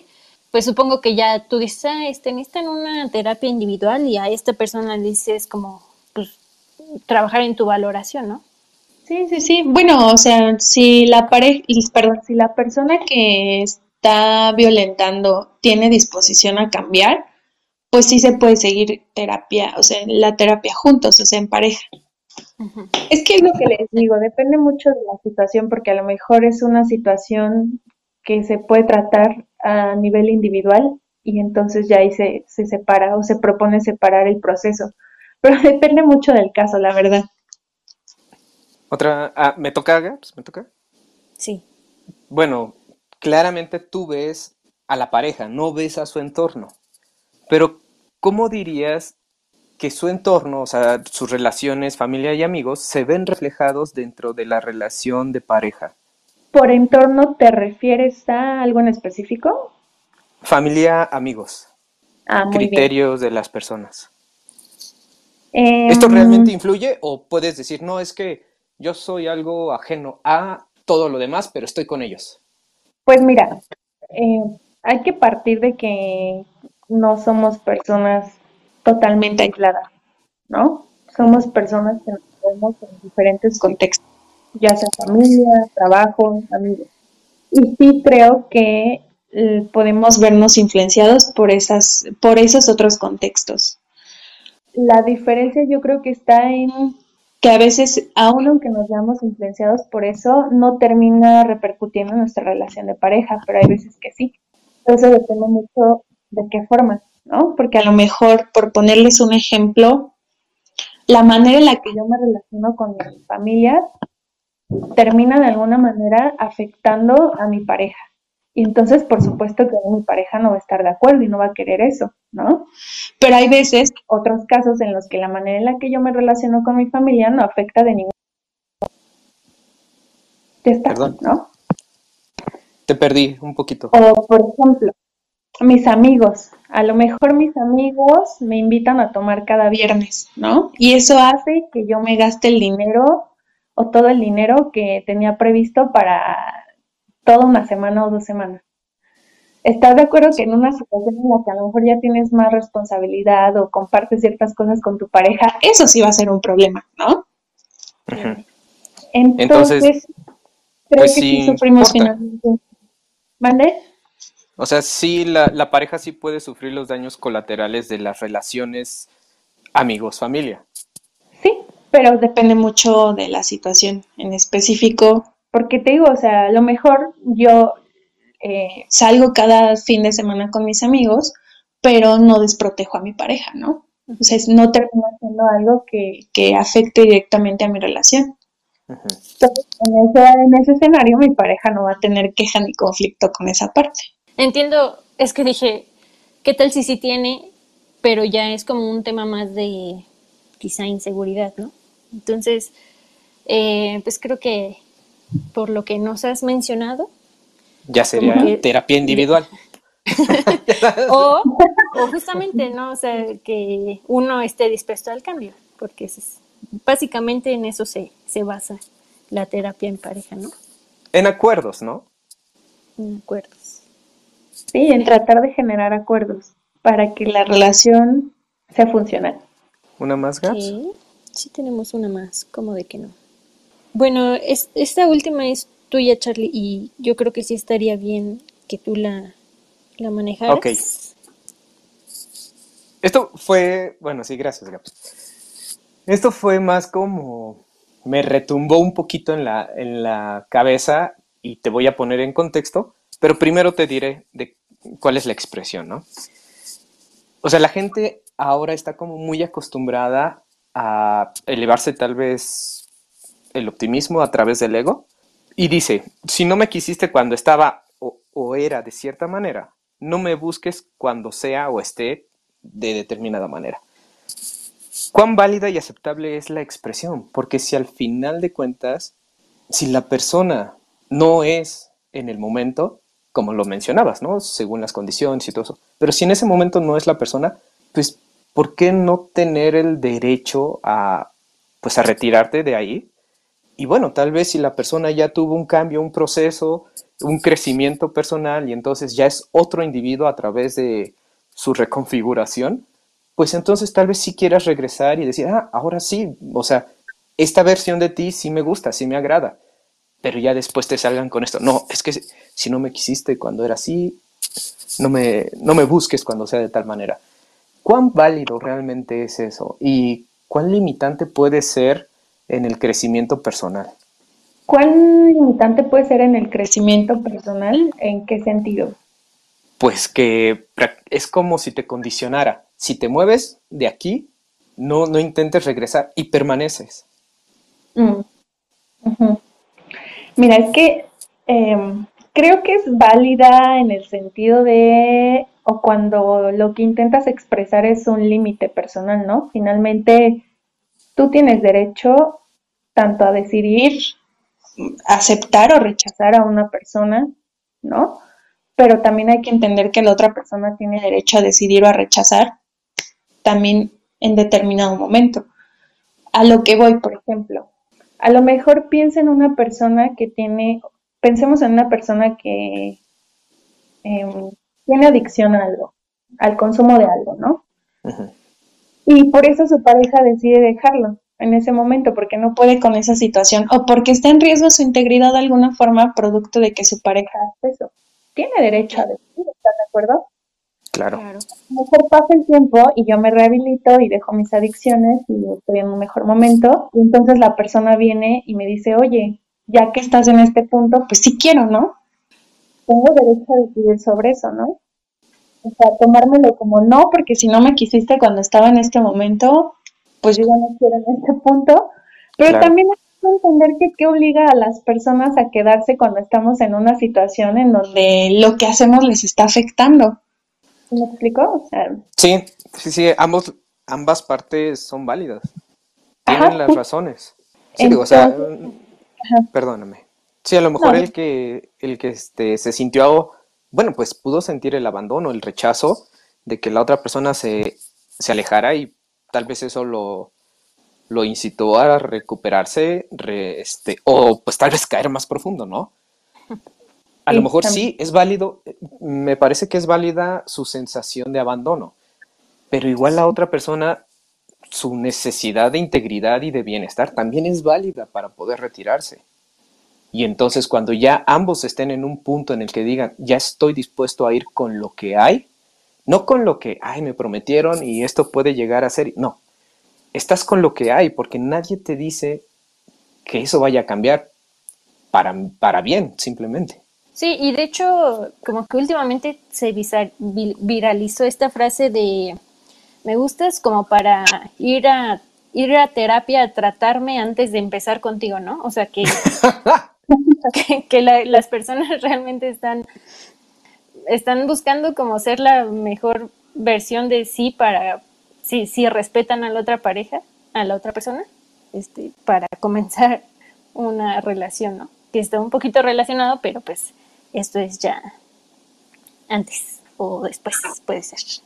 pues supongo que ya tú dices, ah, este, necesitan una terapia individual y a esta persona le dices como, pues, trabajar en tu valoración, ¿no? Sí, sí, sí. Bueno, o sea, si la pareja, perdón, si la persona que está violentando tiene disposición a cambiar, pues sí se puede seguir terapia, o sea, la terapia juntos, o sea, en pareja. Ujú. Es que es lo que les digo, depende mucho de la situación, porque a lo mejor es una situación que se puede tratar a nivel individual y entonces ya ahí se, se separa o se propone separar el proceso. Pero depende mucho del caso, la verdad. Otra, ah, ¿me toca, Gabs? ¿Me toca? Sí. Bueno, claramente tú ves a la pareja, no ves a su entorno. Pero, ¿cómo dirías que su entorno, o sea, sus relaciones, familia y amigos, se ven reflejados dentro de la relación de pareja? ¿Por entorno te refieres a algo en específico? Familia, amigos, Ah, muy bien. criterios de las personas. ¿Esto Em, realmente influye o puedes decir, no, es que yo soy algo ajeno a todo lo demás, pero estoy con ellos? pues mira, eh, hay que partir de que no somos personas totalmente aisladas, ¿no? Somos Ujú. personas que nos movemos en diferentes contextos, ya sea familia, trabajo, amigos. Y sí creo que eh, podemos vernos influenciados por esas, por esos otros contextos. La diferencia yo creo que está en que a veces, aun aunque nos veamos influenciados por eso, no termina repercutiendo en nuestra relación de pareja, pero hay veces que sí. Eso depende mucho de qué forma, ¿no? Porque a lo mejor, por ponerles un ejemplo, la manera en la que yo me relaciono con mi familia termina de alguna manera afectando a mi pareja. Y entonces, por supuesto que mi pareja no va a estar de acuerdo y no va a querer eso, ¿no? Pero hay veces, otros casos en los que la manera en la que yo me relaciono con mi familia no afecta de ningún. Ya está, Perdón, ¿no? te perdí un poquito. O, por ejemplo, mis amigos. A lo mejor mis amigos me invitan a tomar cada viernes, ¿no? Y eso hace que yo me gaste el dinero o todo el dinero que tenía previsto para toda una semana o dos semanas. ¿Estás de acuerdo que en una situación en la que a lo mejor ya tienes más responsabilidad o compartes ciertas cosas con tu pareja, eso sí va a ser un problema, ¿no? Ujú. Claro. Entonces, Entonces, creo pues que sí sí sufrimos importa. finalmente. ¿Vale? O sea, sí, la, la pareja sí puede sufrir los daños colaterales de las relaciones amigos, familia. Sí, pero depende mucho de la situación en específico, porque te digo, o sea, a lo mejor yo eh, salgo cada fin de semana con mis amigos, pero no desprotejo a mi pareja, ¿no? O sea, Ujú. es- no termina siendo algo que, que afecte directamente a mi relación. Ujú. Entonces, en ese, en ese escenario, mi pareja no va a tener queja ni conflicto con esa parte. Entiendo, es que dije, ¿qué tal si sí tiene, pero ya es como un tema más de quizá inseguridad, ¿no? Entonces, eh, pues creo que por lo que nos has mencionado, Ya como sería que terapia individual. o, o justamente, ¿no? O sea, que uno esté dispuesto al cambio, porque es, básicamente en eso se, se basa la terapia en pareja, ¿no? En acuerdos, ¿no? En acuerdos. Sí, en tratar de generar acuerdos para que la relación sea funcional. ¿Una más, Gaps? Ok, sí tenemos una más, ¿cómo de que no? Bueno, es, esta última es tuya, Charlie, y yo creo que sí estaría bien que tú la, la Ok. manejaras. Esto fue, bueno, sí, gracias, Gaps. Esto fue más como me retumbó un poquito en la, en la cabeza y te voy a poner en contexto, pero primero te diré de cuál es la expresión, ¿no? O sea, la gente ahora está como muy acostumbrada a elevarse tal vez el optimismo a través del ego y dice, si no me quisiste cuando estaba o, o era de cierta manera, no me busques cuando sea o esté de determinada manera. ¿Cuán válida y aceptable es la expresión? Porque si al final de cuentas, si la persona no es en el momento, como lo mencionabas, ¿no? Según las condiciones y todo eso, pero si en ese momento no es la persona, pues, ¿por qué no tener el derecho a, pues, a retirarte de ahí? Y bueno, tal vez si la persona ya tuvo un cambio, un proceso un crecimiento personal y entonces ya es otro individuo a través de su reconfiguración, pues entonces tal vez sí quieras regresar y decir, ah, ahora sí, o sea, esta versión de ti sí me gusta, sí me agrada, pero ya después te salgan con esto, no, es que si no me quisiste cuando era así, no me, no me busques cuando sea de tal manera. ¿Cuán válido realmente es eso? ¿Y cuán limitante puede ser en el crecimiento personal? ¿Cuán limitante puede ser en el crecimiento personal? ¿En qué sentido? Pues que es como si te condicionara. Si te mueves de aquí, no, no intentes regresar y permaneces. Mm. Uh-huh. Mira, es que eh, creo que es válida en el sentido de, o cuando lo que intentas expresar es un límite personal, ¿no? Finalmente, tú tienes derecho tanto a decidir aceptar o rechazar a una persona, ¿no? Pero también hay que entender que la otra persona tiene derecho a decidir o a rechazar también en determinado momento. A lo que voy, por ejemplo, a lo mejor piensa en una persona que tiene, pensemos en una persona que eh, tiene adicción a algo, al consumo de algo, ¿no? Uh-huh. Y por eso su pareja decide dejarlo en ese momento, porque no puede con esa situación, o porque está en riesgo su integridad de alguna forma, producto de que su pareja hace eso. Tiene derecho a decidir, ¿estás de acuerdo? Claro. A lo mejor pasa el tiempo y yo me rehabilito y dejo mis adicciones y estoy en un mejor momento, y entonces la persona viene y me dice, oye, ya que estás en este punto, pues sí quiero, ¿no? Tengo derecho a decidir sobre eso, ¿no? O sea, tomármelo como no, porque si no me quisiste cuando estaba en este momento, pues yo ya no quiero en este punto. Pero Claro. también hay que entender que qué obliga a las personas a quedarse cuando estamos en una situación en donde lo que hacemos les está afectando. ¿Me explico? O sea, sí, sí, sí, ambos, ambas partes son válidas. Tienen ajá, las razones. Sí, entonces, digo, o sea, ajá. perdóname. Sí, a lo mejor No. el que, el que este, se sintió, bueno, pues pudo sentir el abandono, el rechazo de que la otra persona se, se alejara y tal vez eso lo, lo incitó a recuperarse, re, este, o pues tal vez caer más profundo, ¿no? A Sí, lo mejor también. sí, es válido, me parece que es válida su sensación de abandono, pero igual la otra persona, su necesidad de integridad y de bienestar también es válida para poder retirarse. Y entonces cuando ya ambos estén en un punto en el que digan, ya estoy dispuesto a ir con lo que hay, no con lo que, ay, me prometieron y esto puede llegar a ser, no, estás con lo que hay porque nadie te dice que eso vaya a cambiar para, para bien, simplemente. Sí, y de hecho, como que últimamente se viralizó esta frase de me gustas como para ir a ir a terapia a tratarme antes de empezar contigo, ¿no? O sea que que, que la, las personas realmente están están buscando como ser la mejor versión de sí para si sí, sí respetan a la otra pareja, a la otra persona, este, para comenzar una relación, ¿no? Que está un poquito relacionado, pero pues esto es ya antes o después, puede ser. Sí.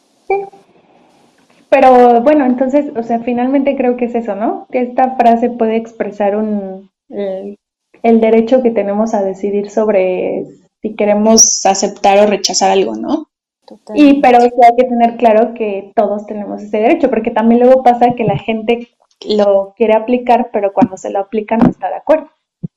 Pero bueno, entonces, o sea, finalmente creo que es eso, ¿no? Que esta frase puede expresar un el, el derecho que tenemos a decidir sobre si queremos aceptar o rechazar algo, ¿no? Totalmente. Y pero sí hay que tener claro que todos tenemos ese derecho, porque también luego pasa que la gente lo quiere aplicar, pero cuando se lo aplica no está de acuerdo.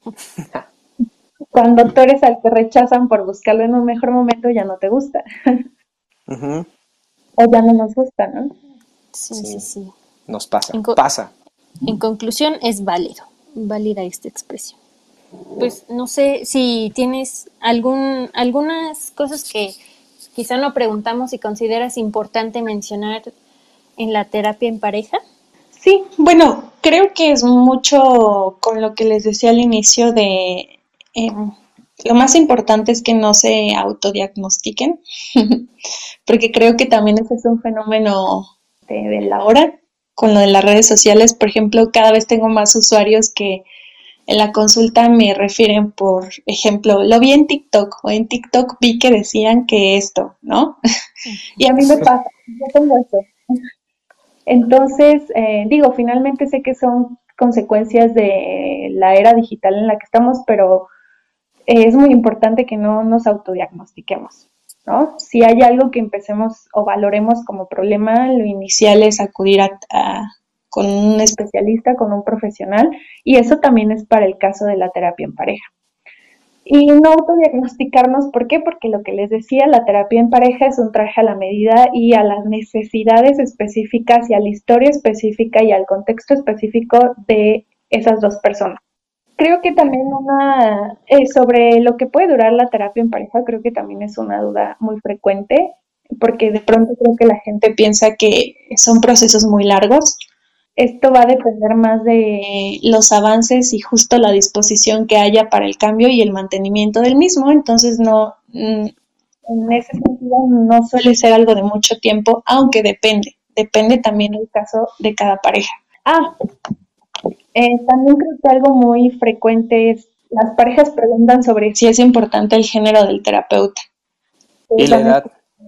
Cuando tú eres al que rechazan por buscarlo en un mejor momento, ya no te gusta. Uh-huh. O ya no nos gusta, ¿no? Sí, Sí. sí, sí. Nos pasa, En co- pasa. En conclusión, es válido, válida esta expresión. Pues no sé si tienes algún, algunas cosas que quizá no preguntamos y consideras importante mencionar en la terapia en pareja. Sí, bueno, creo que es mucho con lo que les decía al inicio de eh, lo más importante es que no se autodiagnostiquen, porque creo que también ese es un fenómeno de, de la hora, con lo de las redes sociales. Por ejemplo, cada vez tengo más usuarios que en la consulta me refieren, por ejemplo, lo vi en TikTok o en TikTok vi que decían que esto, ¿no? Y a mí me pasa, yo tengo eso. Entonces, eh, digo, finalmente sé que son consecuencias de la era digital en la que estamos, pero es muy importante que no nos autodiagnostiquemos, ¿no? Si hay algo que empecemos o valoremos como problema, lo inicial es acudir a, a, con un especialista, con un profesional, y eso también es para el caso de la terapia en pareja. Y no autodiagnosticarnos, ¿por qué? Porque lo que les decía, la terapia en pareja es un traje a la medida y a las necesidades específicas y a la historia específica y al contexto específico de esas dos personas. Creo que también una, eh, sobre lo que puede durar la terapia en pareja, creo que también es una duda muy frecuente, porque de pronto creo que la gente piensa que son procesos muy largos. Esto va a depender más de los avances y justo la disposición que haya para el cambio y el mantenimiento del mismo. Entonces, no, en ese sentido, no suele ser algo de mucho tiempo, aunque depende. Depende también del caso de cada pareja. Ah, eh, también creo que algo muy frecuente es las parejas preguntan sobre si es importante el género del terapeuta. ¿Y la edad?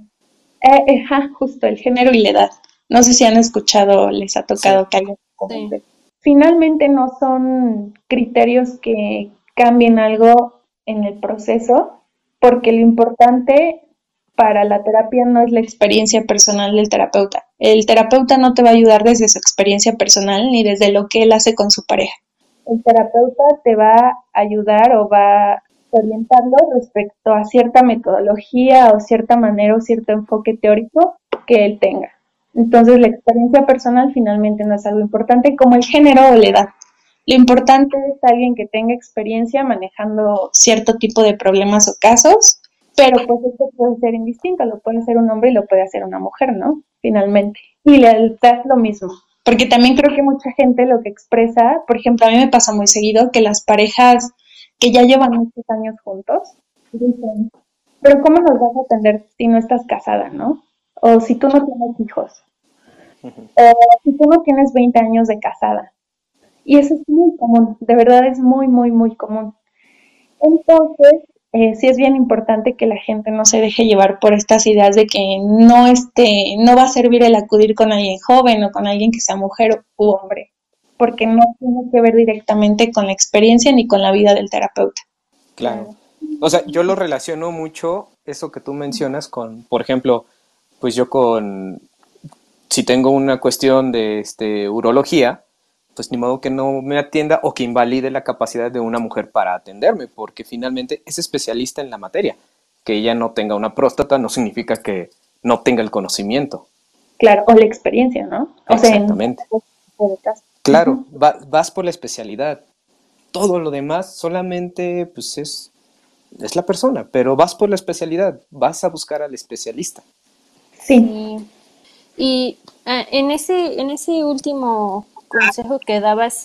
Eh, eh, justo, el género y la edad. No sé si han escuchado, les ha tocado sí. que alguien comente. Sí. Finalmente no son criterios que cambien algo en el proceso, porque lo importante para la terapia no es la experiencia personal del terapeuta. El terapeuta no te va a ayudar desde su experiencia personal ni desde lo que él hace con su pareja. El terapeuta te va a ayudar o va a orientarlo respecto a cierta metodología o cierta manera o cierto enfoque teórico que él tenga. Entonces, la experiencia personal finalmente no es algo importante como el género o la edad. Lo importante es alguien que tenga experiencia manejando cierto tipo de problemas o casos, pero pues esto puede ser indistinto, lo puede hacer un hombre y lo puede hacer una mujer, ¿no? Finalmente. Y la edad lo mismo. Porque también creo que mucha gente lo que expresa, por ejemplo, a mí me pasa muy seguido que las parejas que ya llevan muchos años juntos dicen, pero ¿cómo nos vas a atender si no estás casada, no? O si tú no tienes hijos, uh-huh. o si tú no tienes veinte años de casada. Y eso es muy común, de verdad es muy, muy, muy común. Entonces, eh, sí es bien importante que la gente no se deje llevar por estas ideas de que no, este, no va a servir el acudir con alguien joven o con alguien que sea mujer u hombre, porque no tiene que ver directamente con la experiencia ni con la vida del terapeuta. Claro. O sea, yo lo relaciono mucho, eso que tú mencionas, con, por ejemplo, pues yo con, si tengo una cuestión de este, urología, pues ni modo que no me atienda o que invalide la capacidad de una mujer para atenderme, porque finalmente es especialista en la materia. Que ella no tenga una próstata no significa que no tenga el conocimiento. Claro, o la experiencia, ¿no? O Exactamente. Sea, en... Claro, va, vas por la especialidad. Todo lo demás solamente pues es, es la persona, pero vas por la especialidad, vas a buscar al especialista. Sí. Y ah, en ese, en ese último consejo que dabas,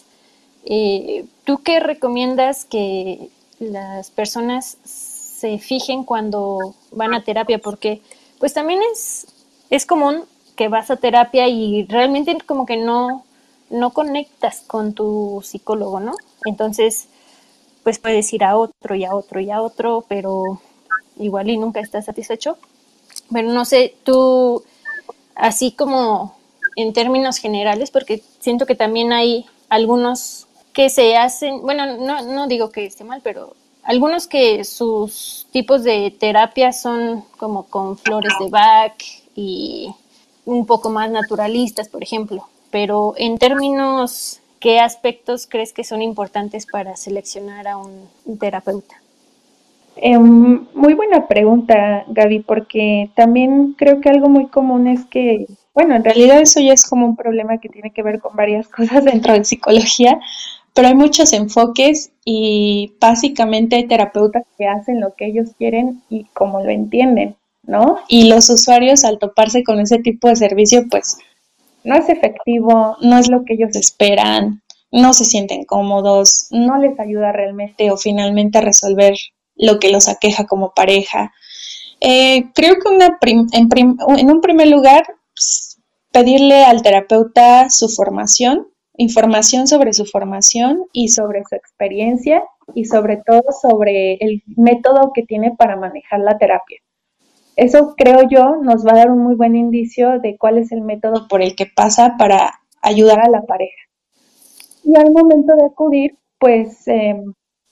eh, ¿tú qué recomiendas que las personas se fijen cuando van a terapia? Porque pues también es, es común que vas a terapia y realmente como que no, no conectas con tu psicólogo, ¿no? Entonces, pues puedes ir a otro y a otro y a otro, pero igual y nunca estás satisfecho. Pero no sé, tú, así como en términos generales, porque siento que también hay algunos que se hacen, bueno, no, no digo que esté mal, pero algunos que sus tipos de terapia son como con flores de Bach y un poco más naturalistas, por ejemplo. Pero en términos, ¿qué aspectos crees que son importantes para seleccionar a un, un terapeuta? Eh, muy buena pregunta, Gaby, porque también creo que algo muy común es que, bueno, en realidad eso ya es como un problema que tiene que ver con varias cosas dentro de psicología, pero hay muchos enfoques y básicamente hay terapeutas que hacen lo que ellos quieren y como lo entienden, ¿no? Y los usuarios al toparse con ese tipo de servicio, pues no es efectivo, no es lo que ellos esperan, no se sienten cómodos, no les ayuda realmente o finalmente a resolver lo que los aqueja como pareja. Eh, creo que una prim- en, prim- en un primer lugar, pues, pedirle al terapeuta su formación, información sobre su formación y sobre su experiencia y sobre todo sobre el método que tiene para manejar la terapia. Eso, creo yo, nos va a dar un muy buen indicio de cuál es el método por el que pasa para ayudar a la pareja. Y al momento de acudir, pues... Eh,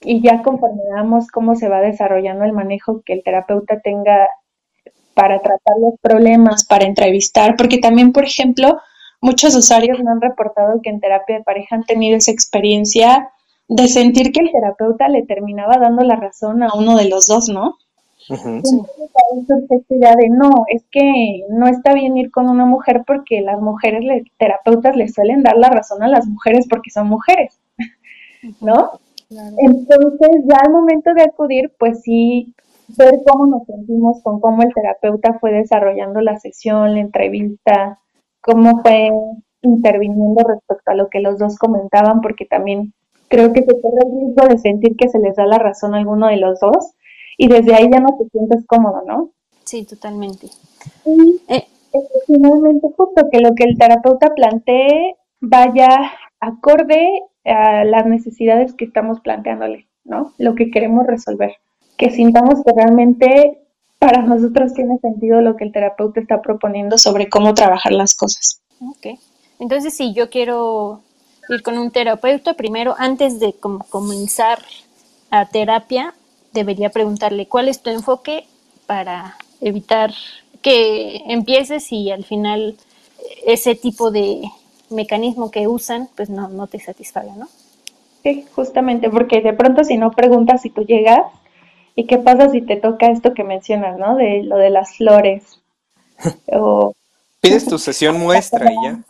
y ya conforme veamos cómo se va desarrollando el manejo que el terapeuta tenga para tratar los problemas, para entrevistar, porque también, por ejemplo, muchos usuarios me han reportado que en terapia de pareja han tenido esa experiencia de sentir que el terapeuta le terminaba dando la razón a uno de los dos, ¿no? Ujú. Sí. Entonces ahí surge esta idea de no, es que no está bien ir con una mujer porque las mujeres, le, terapeutas les suelen dar la razón a las mujeres porque son mujeres, ¿no? Claro. Entonces ya al momento de acudir, pues sí, ver cómo nos sentimos con cómo el terapeuta fue desarrollando la sesión, la entrevista, cómo fue interviniendo respecto a lo que los dos comentaban, porque también creo que se corre el riesgo de sentir que se les da la razón a alguno de los dos y desde ahí ya no te sientes cómodo, ¿no? Sí, totalmente. Y Eh, eh, finalmente justo que lo que el terapeuta plantee vaya acorde a las necesidades que estamos planteándole, ¿no? Lo que queremos resolver. Que sintamos que realmente para nosotros tiene sentido lo que el terapeuta está proponiendo sobre cómo trabajar las cosas. ok. Entonces, si yo quiero ir con un terapeuta, primero, antes de com- comenzar a terapia, debería preguntarle cuál es tu enfoque para evitar que empieces y al final ese tipo de mecanismo que usan, pues no, no te satisfaga, ¿no? Sí, justamente, porque de pronto si no preguntas si tú llegas, ¿y qué pasa si te toca esto que mencionas, ¿no? De lo de las flores. O, Pides tu sesión muestra y ya.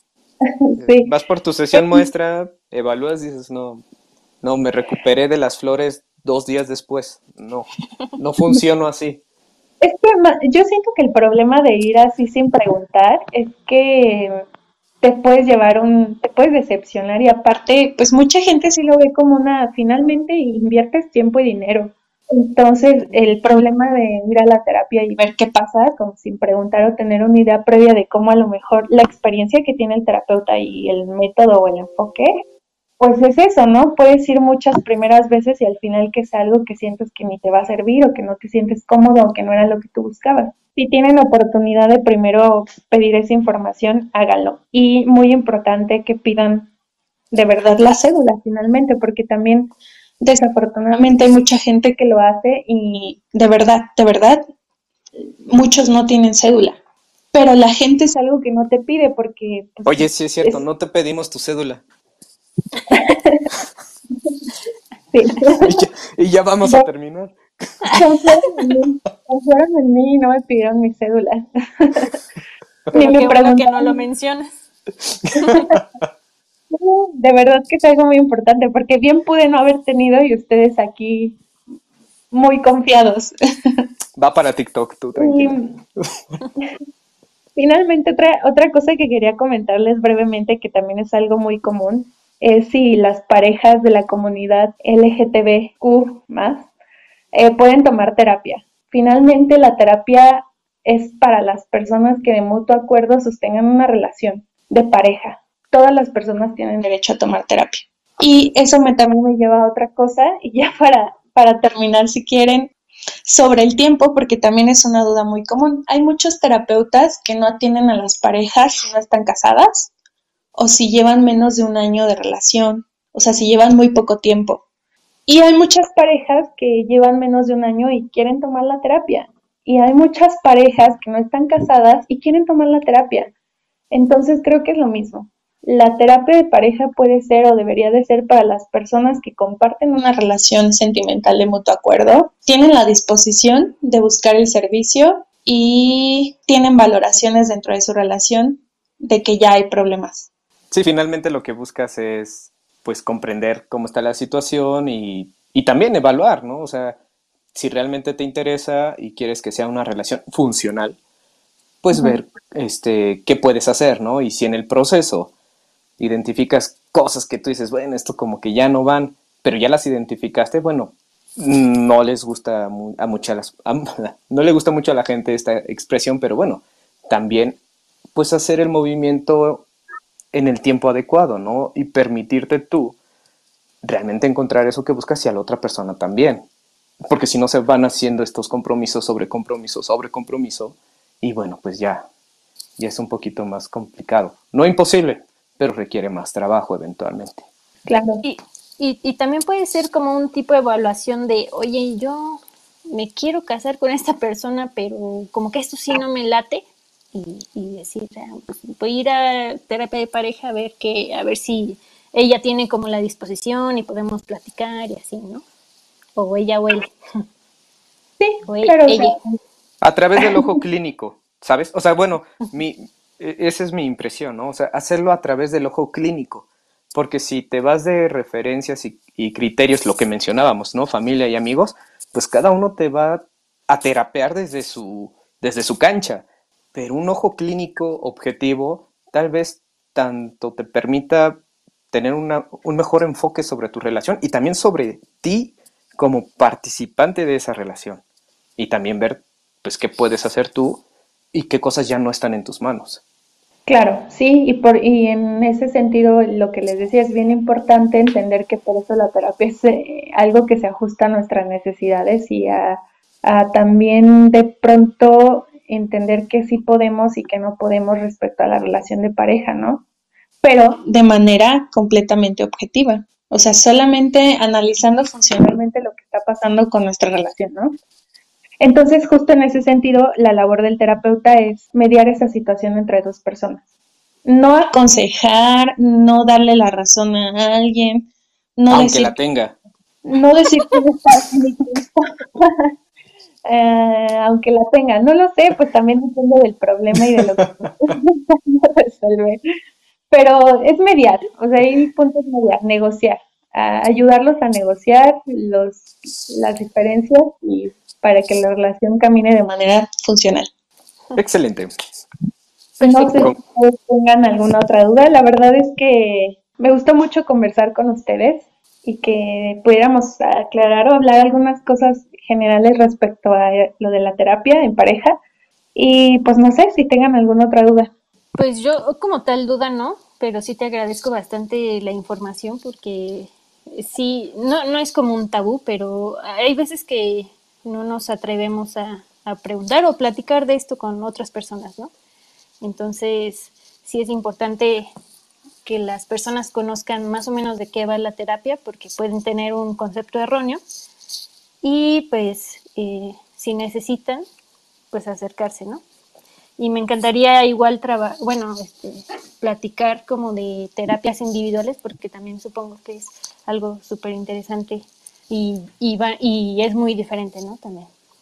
sí, Vas por tu sesión muestra, evalúas, dices, no, no, me recuperé de las flores dos días después. No, no funciono así. es que ma- yo siento que el problema de ir así sin preguntar es que te puedes llevar un, te puedes decepcionar y aparte, pues mucha gente sí lo ve como una, finalmente inviertes tiempo y dinero. Entonces, el problema de ir a la terapia y ver qué pasa, como sin preguntar o tener una idea previa de cómo a lo mejor la experiencia que tiene el terapeuta y el método o el enfoque, pues es eso, ¿no? Puedes ir muchas primeras veces y al final que es algo que sientes que ni te va a servir o que no te sientes cómodo o que no era lo que tú buscabas. Si tienen oportunidad de primero pedir esa información, háganlo. Y muy importante que pidan de verdad la cédula finalmente, porque también desafortunadamente hay mucha gente que lo hace y de verdad, de verdad, muchos no tienen cédula. Pero la gente es algo que no te pide porque pues, Oye, sí es cierto, es, no te pedimos tu cédula. sí. Y ya, y ya vamos a terminar. Confiaron en mí, confiaron en mí y no me pidieron mi cédula. Ni Pero me qué bueno que no lo preguntaron. mencionas. De verdad que es algo muy importante, porque bien pude no haber tenido y ustedes aquí muy confiados. Va para TikTok, tú Y tranquila. finalmente otra, otra cosa que quería comentarles brevemente, que también es algo muy común, es si las parejas de la comunidad L G B T Q más eh, pueden tomar terapia. Finalmente la terapia es para las personas que de mutuo acuerdo sostengan una relación de pareja. Todas las personas tienen derecho a tomar terapia. Y eso me, también me lleva a otra cosa, y ya para, para terminar, si quieren, sobre el tiempo, porque también es una duda muy común. Hay muchos terapeutas que no atienden a las parejas si no están casadas o si llevan menos de un año de relación, o sea, si llevan muy poco tiempo. Y hay muchas parejas que llevan menos de un año y quieren tomar la terapia. Y hay muchas parejas que no están casadas y quieren tomar la terapia. Entonces creo que es lo mismo. La terapia de pareja puede ser o debería de ser para las personas que comparten una relación sentimental de mutuo acuerdo, tienen la disposición de buscar el servicio y tienen valoraciones dentro de su relación de que ya hay problemas. Sí, finalmente lo que buscas es pues comprender cómo está la situación y, y también evaluar, ¿no? O sea, si realmente te interesa y quieres que sea una relación funcional, pues Ujú. ver este, qué puedes hacer, ¿no? Y si en el proceso identificas cosas que tú dices, bueno, esto como que ya no van, pero ya las identificaste, bueno, no les gusta mu- a muchas, a, no le gusta mucho a la gente esta expresión, pero bueno, también pues hacer el movimiento en el tiempo adecuado, ¿no? Y permitirte tú realmente encontrar eso que buscas y a la otra persona también. Porque si no se van haciendo estos compromisos sobre compromiso sobre compromiso y bueno, pues ya, ya es un poquito más complicado. No imposible, pero requiere más trabajo eventualmente. Claro. Y, Y, y también puede ser como un tipo de evaluación de, oye, yo me quiero casar con esta persona, pero como que esto sí no me late. Y, y decir, ah, pues voy a ir a terapia de pareja a ver que, a ver si ella tiene como la disposición y podemos platicar y así, ¿no? O ella o él. Sí, O e- claro, o ella. sea, A través del ojo clínico, ¿sabes? O sea, bueno, mi, e- esa es mi impresión, ¿no? O sea, hacerlo a través del ojo clínico. Porque si te vas de referencias y, y criterios, lo que mencionábamos, ¿no? Familia y amigos, pues cada uno te va a terapear desde su, desde su cancha. Pero un ojo clínico objetivo tal vez tanto te permita tener una, un mejor enfoque sobre tu relación y también sobre ti como participante de esa relación. Y también ver, pues, qué puedes hacer tú y qué cosas ya no están en tus manos. claro, sí, y por y en ese sentido lo que les decía es bien importante entender que por eso la terapia es eh, algo que se ajusta a nuestras necesidades y a, a también de pronto entender que sí podemos y que no podemos respecto a la relación de pareja, ¿no? Pero de manera completamente objetiva. O sea, solamente analizando funcionalmente lo que está pasando con nuestra relación, ¿no? Entonces, justo en ese sentido, la labor del terapeuta es mediar esa situación entre dos personas. No aconsejar, no darle la razón a alguien, no Aunque decir, la tenga. no decir que está bien y quién está, eh, aunque la tenga, no lo sé, pues también depende del problema y de lo que estamos resolver. Pero es mediar, o sea, el punto es mediar, negociar, a ayudarlos a negociar los, las diferencias y para que la relación camine de manera funcional. Excelente. No sé Perfecto. si Con- ustedes tengan alguna otra duda. La verdad es que me gustó mucho conversar con ustedes y que pudiéramos aclarar o hablar algunas cosas generales respecto a lo de la terapia en pareja. Y pues no sé si tengan alguna otra duda. Pues yo como tal duda no, pero sí te agradezco bastante la información porque sí, no, no es como un tabú, pero hay veces que no nos atrevemos a, a preguntar o platicar de esto con otras personas, ¿no? Entonces, sí es importante que las personas conozcan más o menos de qué va la terapia porque pueden tener un concepto erróneo y pues eh, si necesitan, pues acercarse, ¿no? Y me encantaría igual trabajar, bueno, este, platicar como de terapias individuales, porque también supongo que es algo súper interesante y, y, va, y es muy diferente, ¿no? También.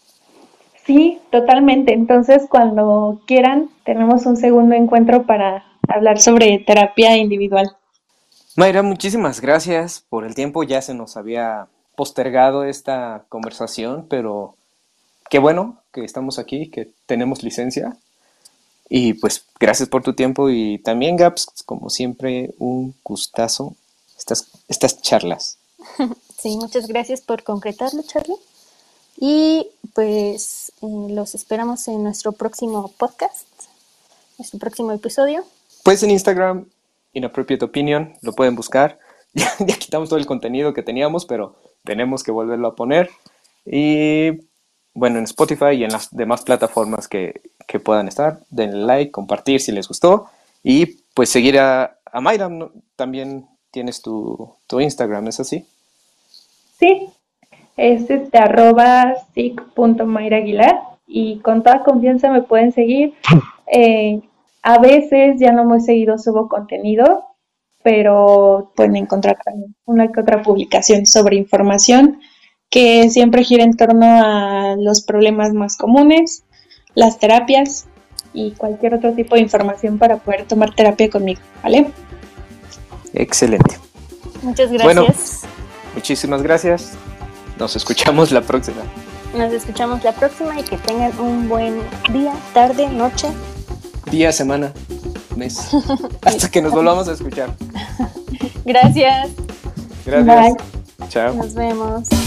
Sí, totalmente. Entonces, cuando quieran, tenemos un segundo encuentro para hablar sobre terapia individual. Mayra, muchísimas gracias por el tiempo. Ya se nos había postergado esta conversación, pero qué bueno que estamos aquí, que tenemos licencia. Y pues gracias por tu tiempo y también, Gaps, como siempre, un gustazo estas, estas charlas. Sí, muchas gracias por concretarlo, Charlie. Y pues eh, los esperamos en nuestro próximo podcast, nuestro próximo episodio. Pues en Instagram, Inappropriate Opinion, lo pueden buscar. Ya, ya quitamos todo el contenido que teníamos, pero tenemos que volverlo a poner. Y bueno, en Spotify y en las demás plataformas que, que puedan estar, denle like, compartir si les gustó. Y pues seguir a, a Mayra, ¿no? También tienes tu, tu Instagram, ¿es así? Sí, es este arroba sic.mayraguilar y con toda confianza me pueden seguir. Eh, a veces ya no muy seguido subo contenido, pero pueden encontrar también una que otra publicación sobre información que siempre gira en torno a los problemas más comunes, las terapias y cualquier otro tipo de información para poder tomar terapia conmigo, ¿vale? Excelente. Muchas gracias. Bueno, muchísimas gracias. Nos escuchamos la próxima. Nos escuchamos la próxima y que tengan un buen día, tarde, noche. Día, semana, mes. Hasta que nos volvamos a escuchar. Gracias. Gracias. Bye. Chao. Nos vemos.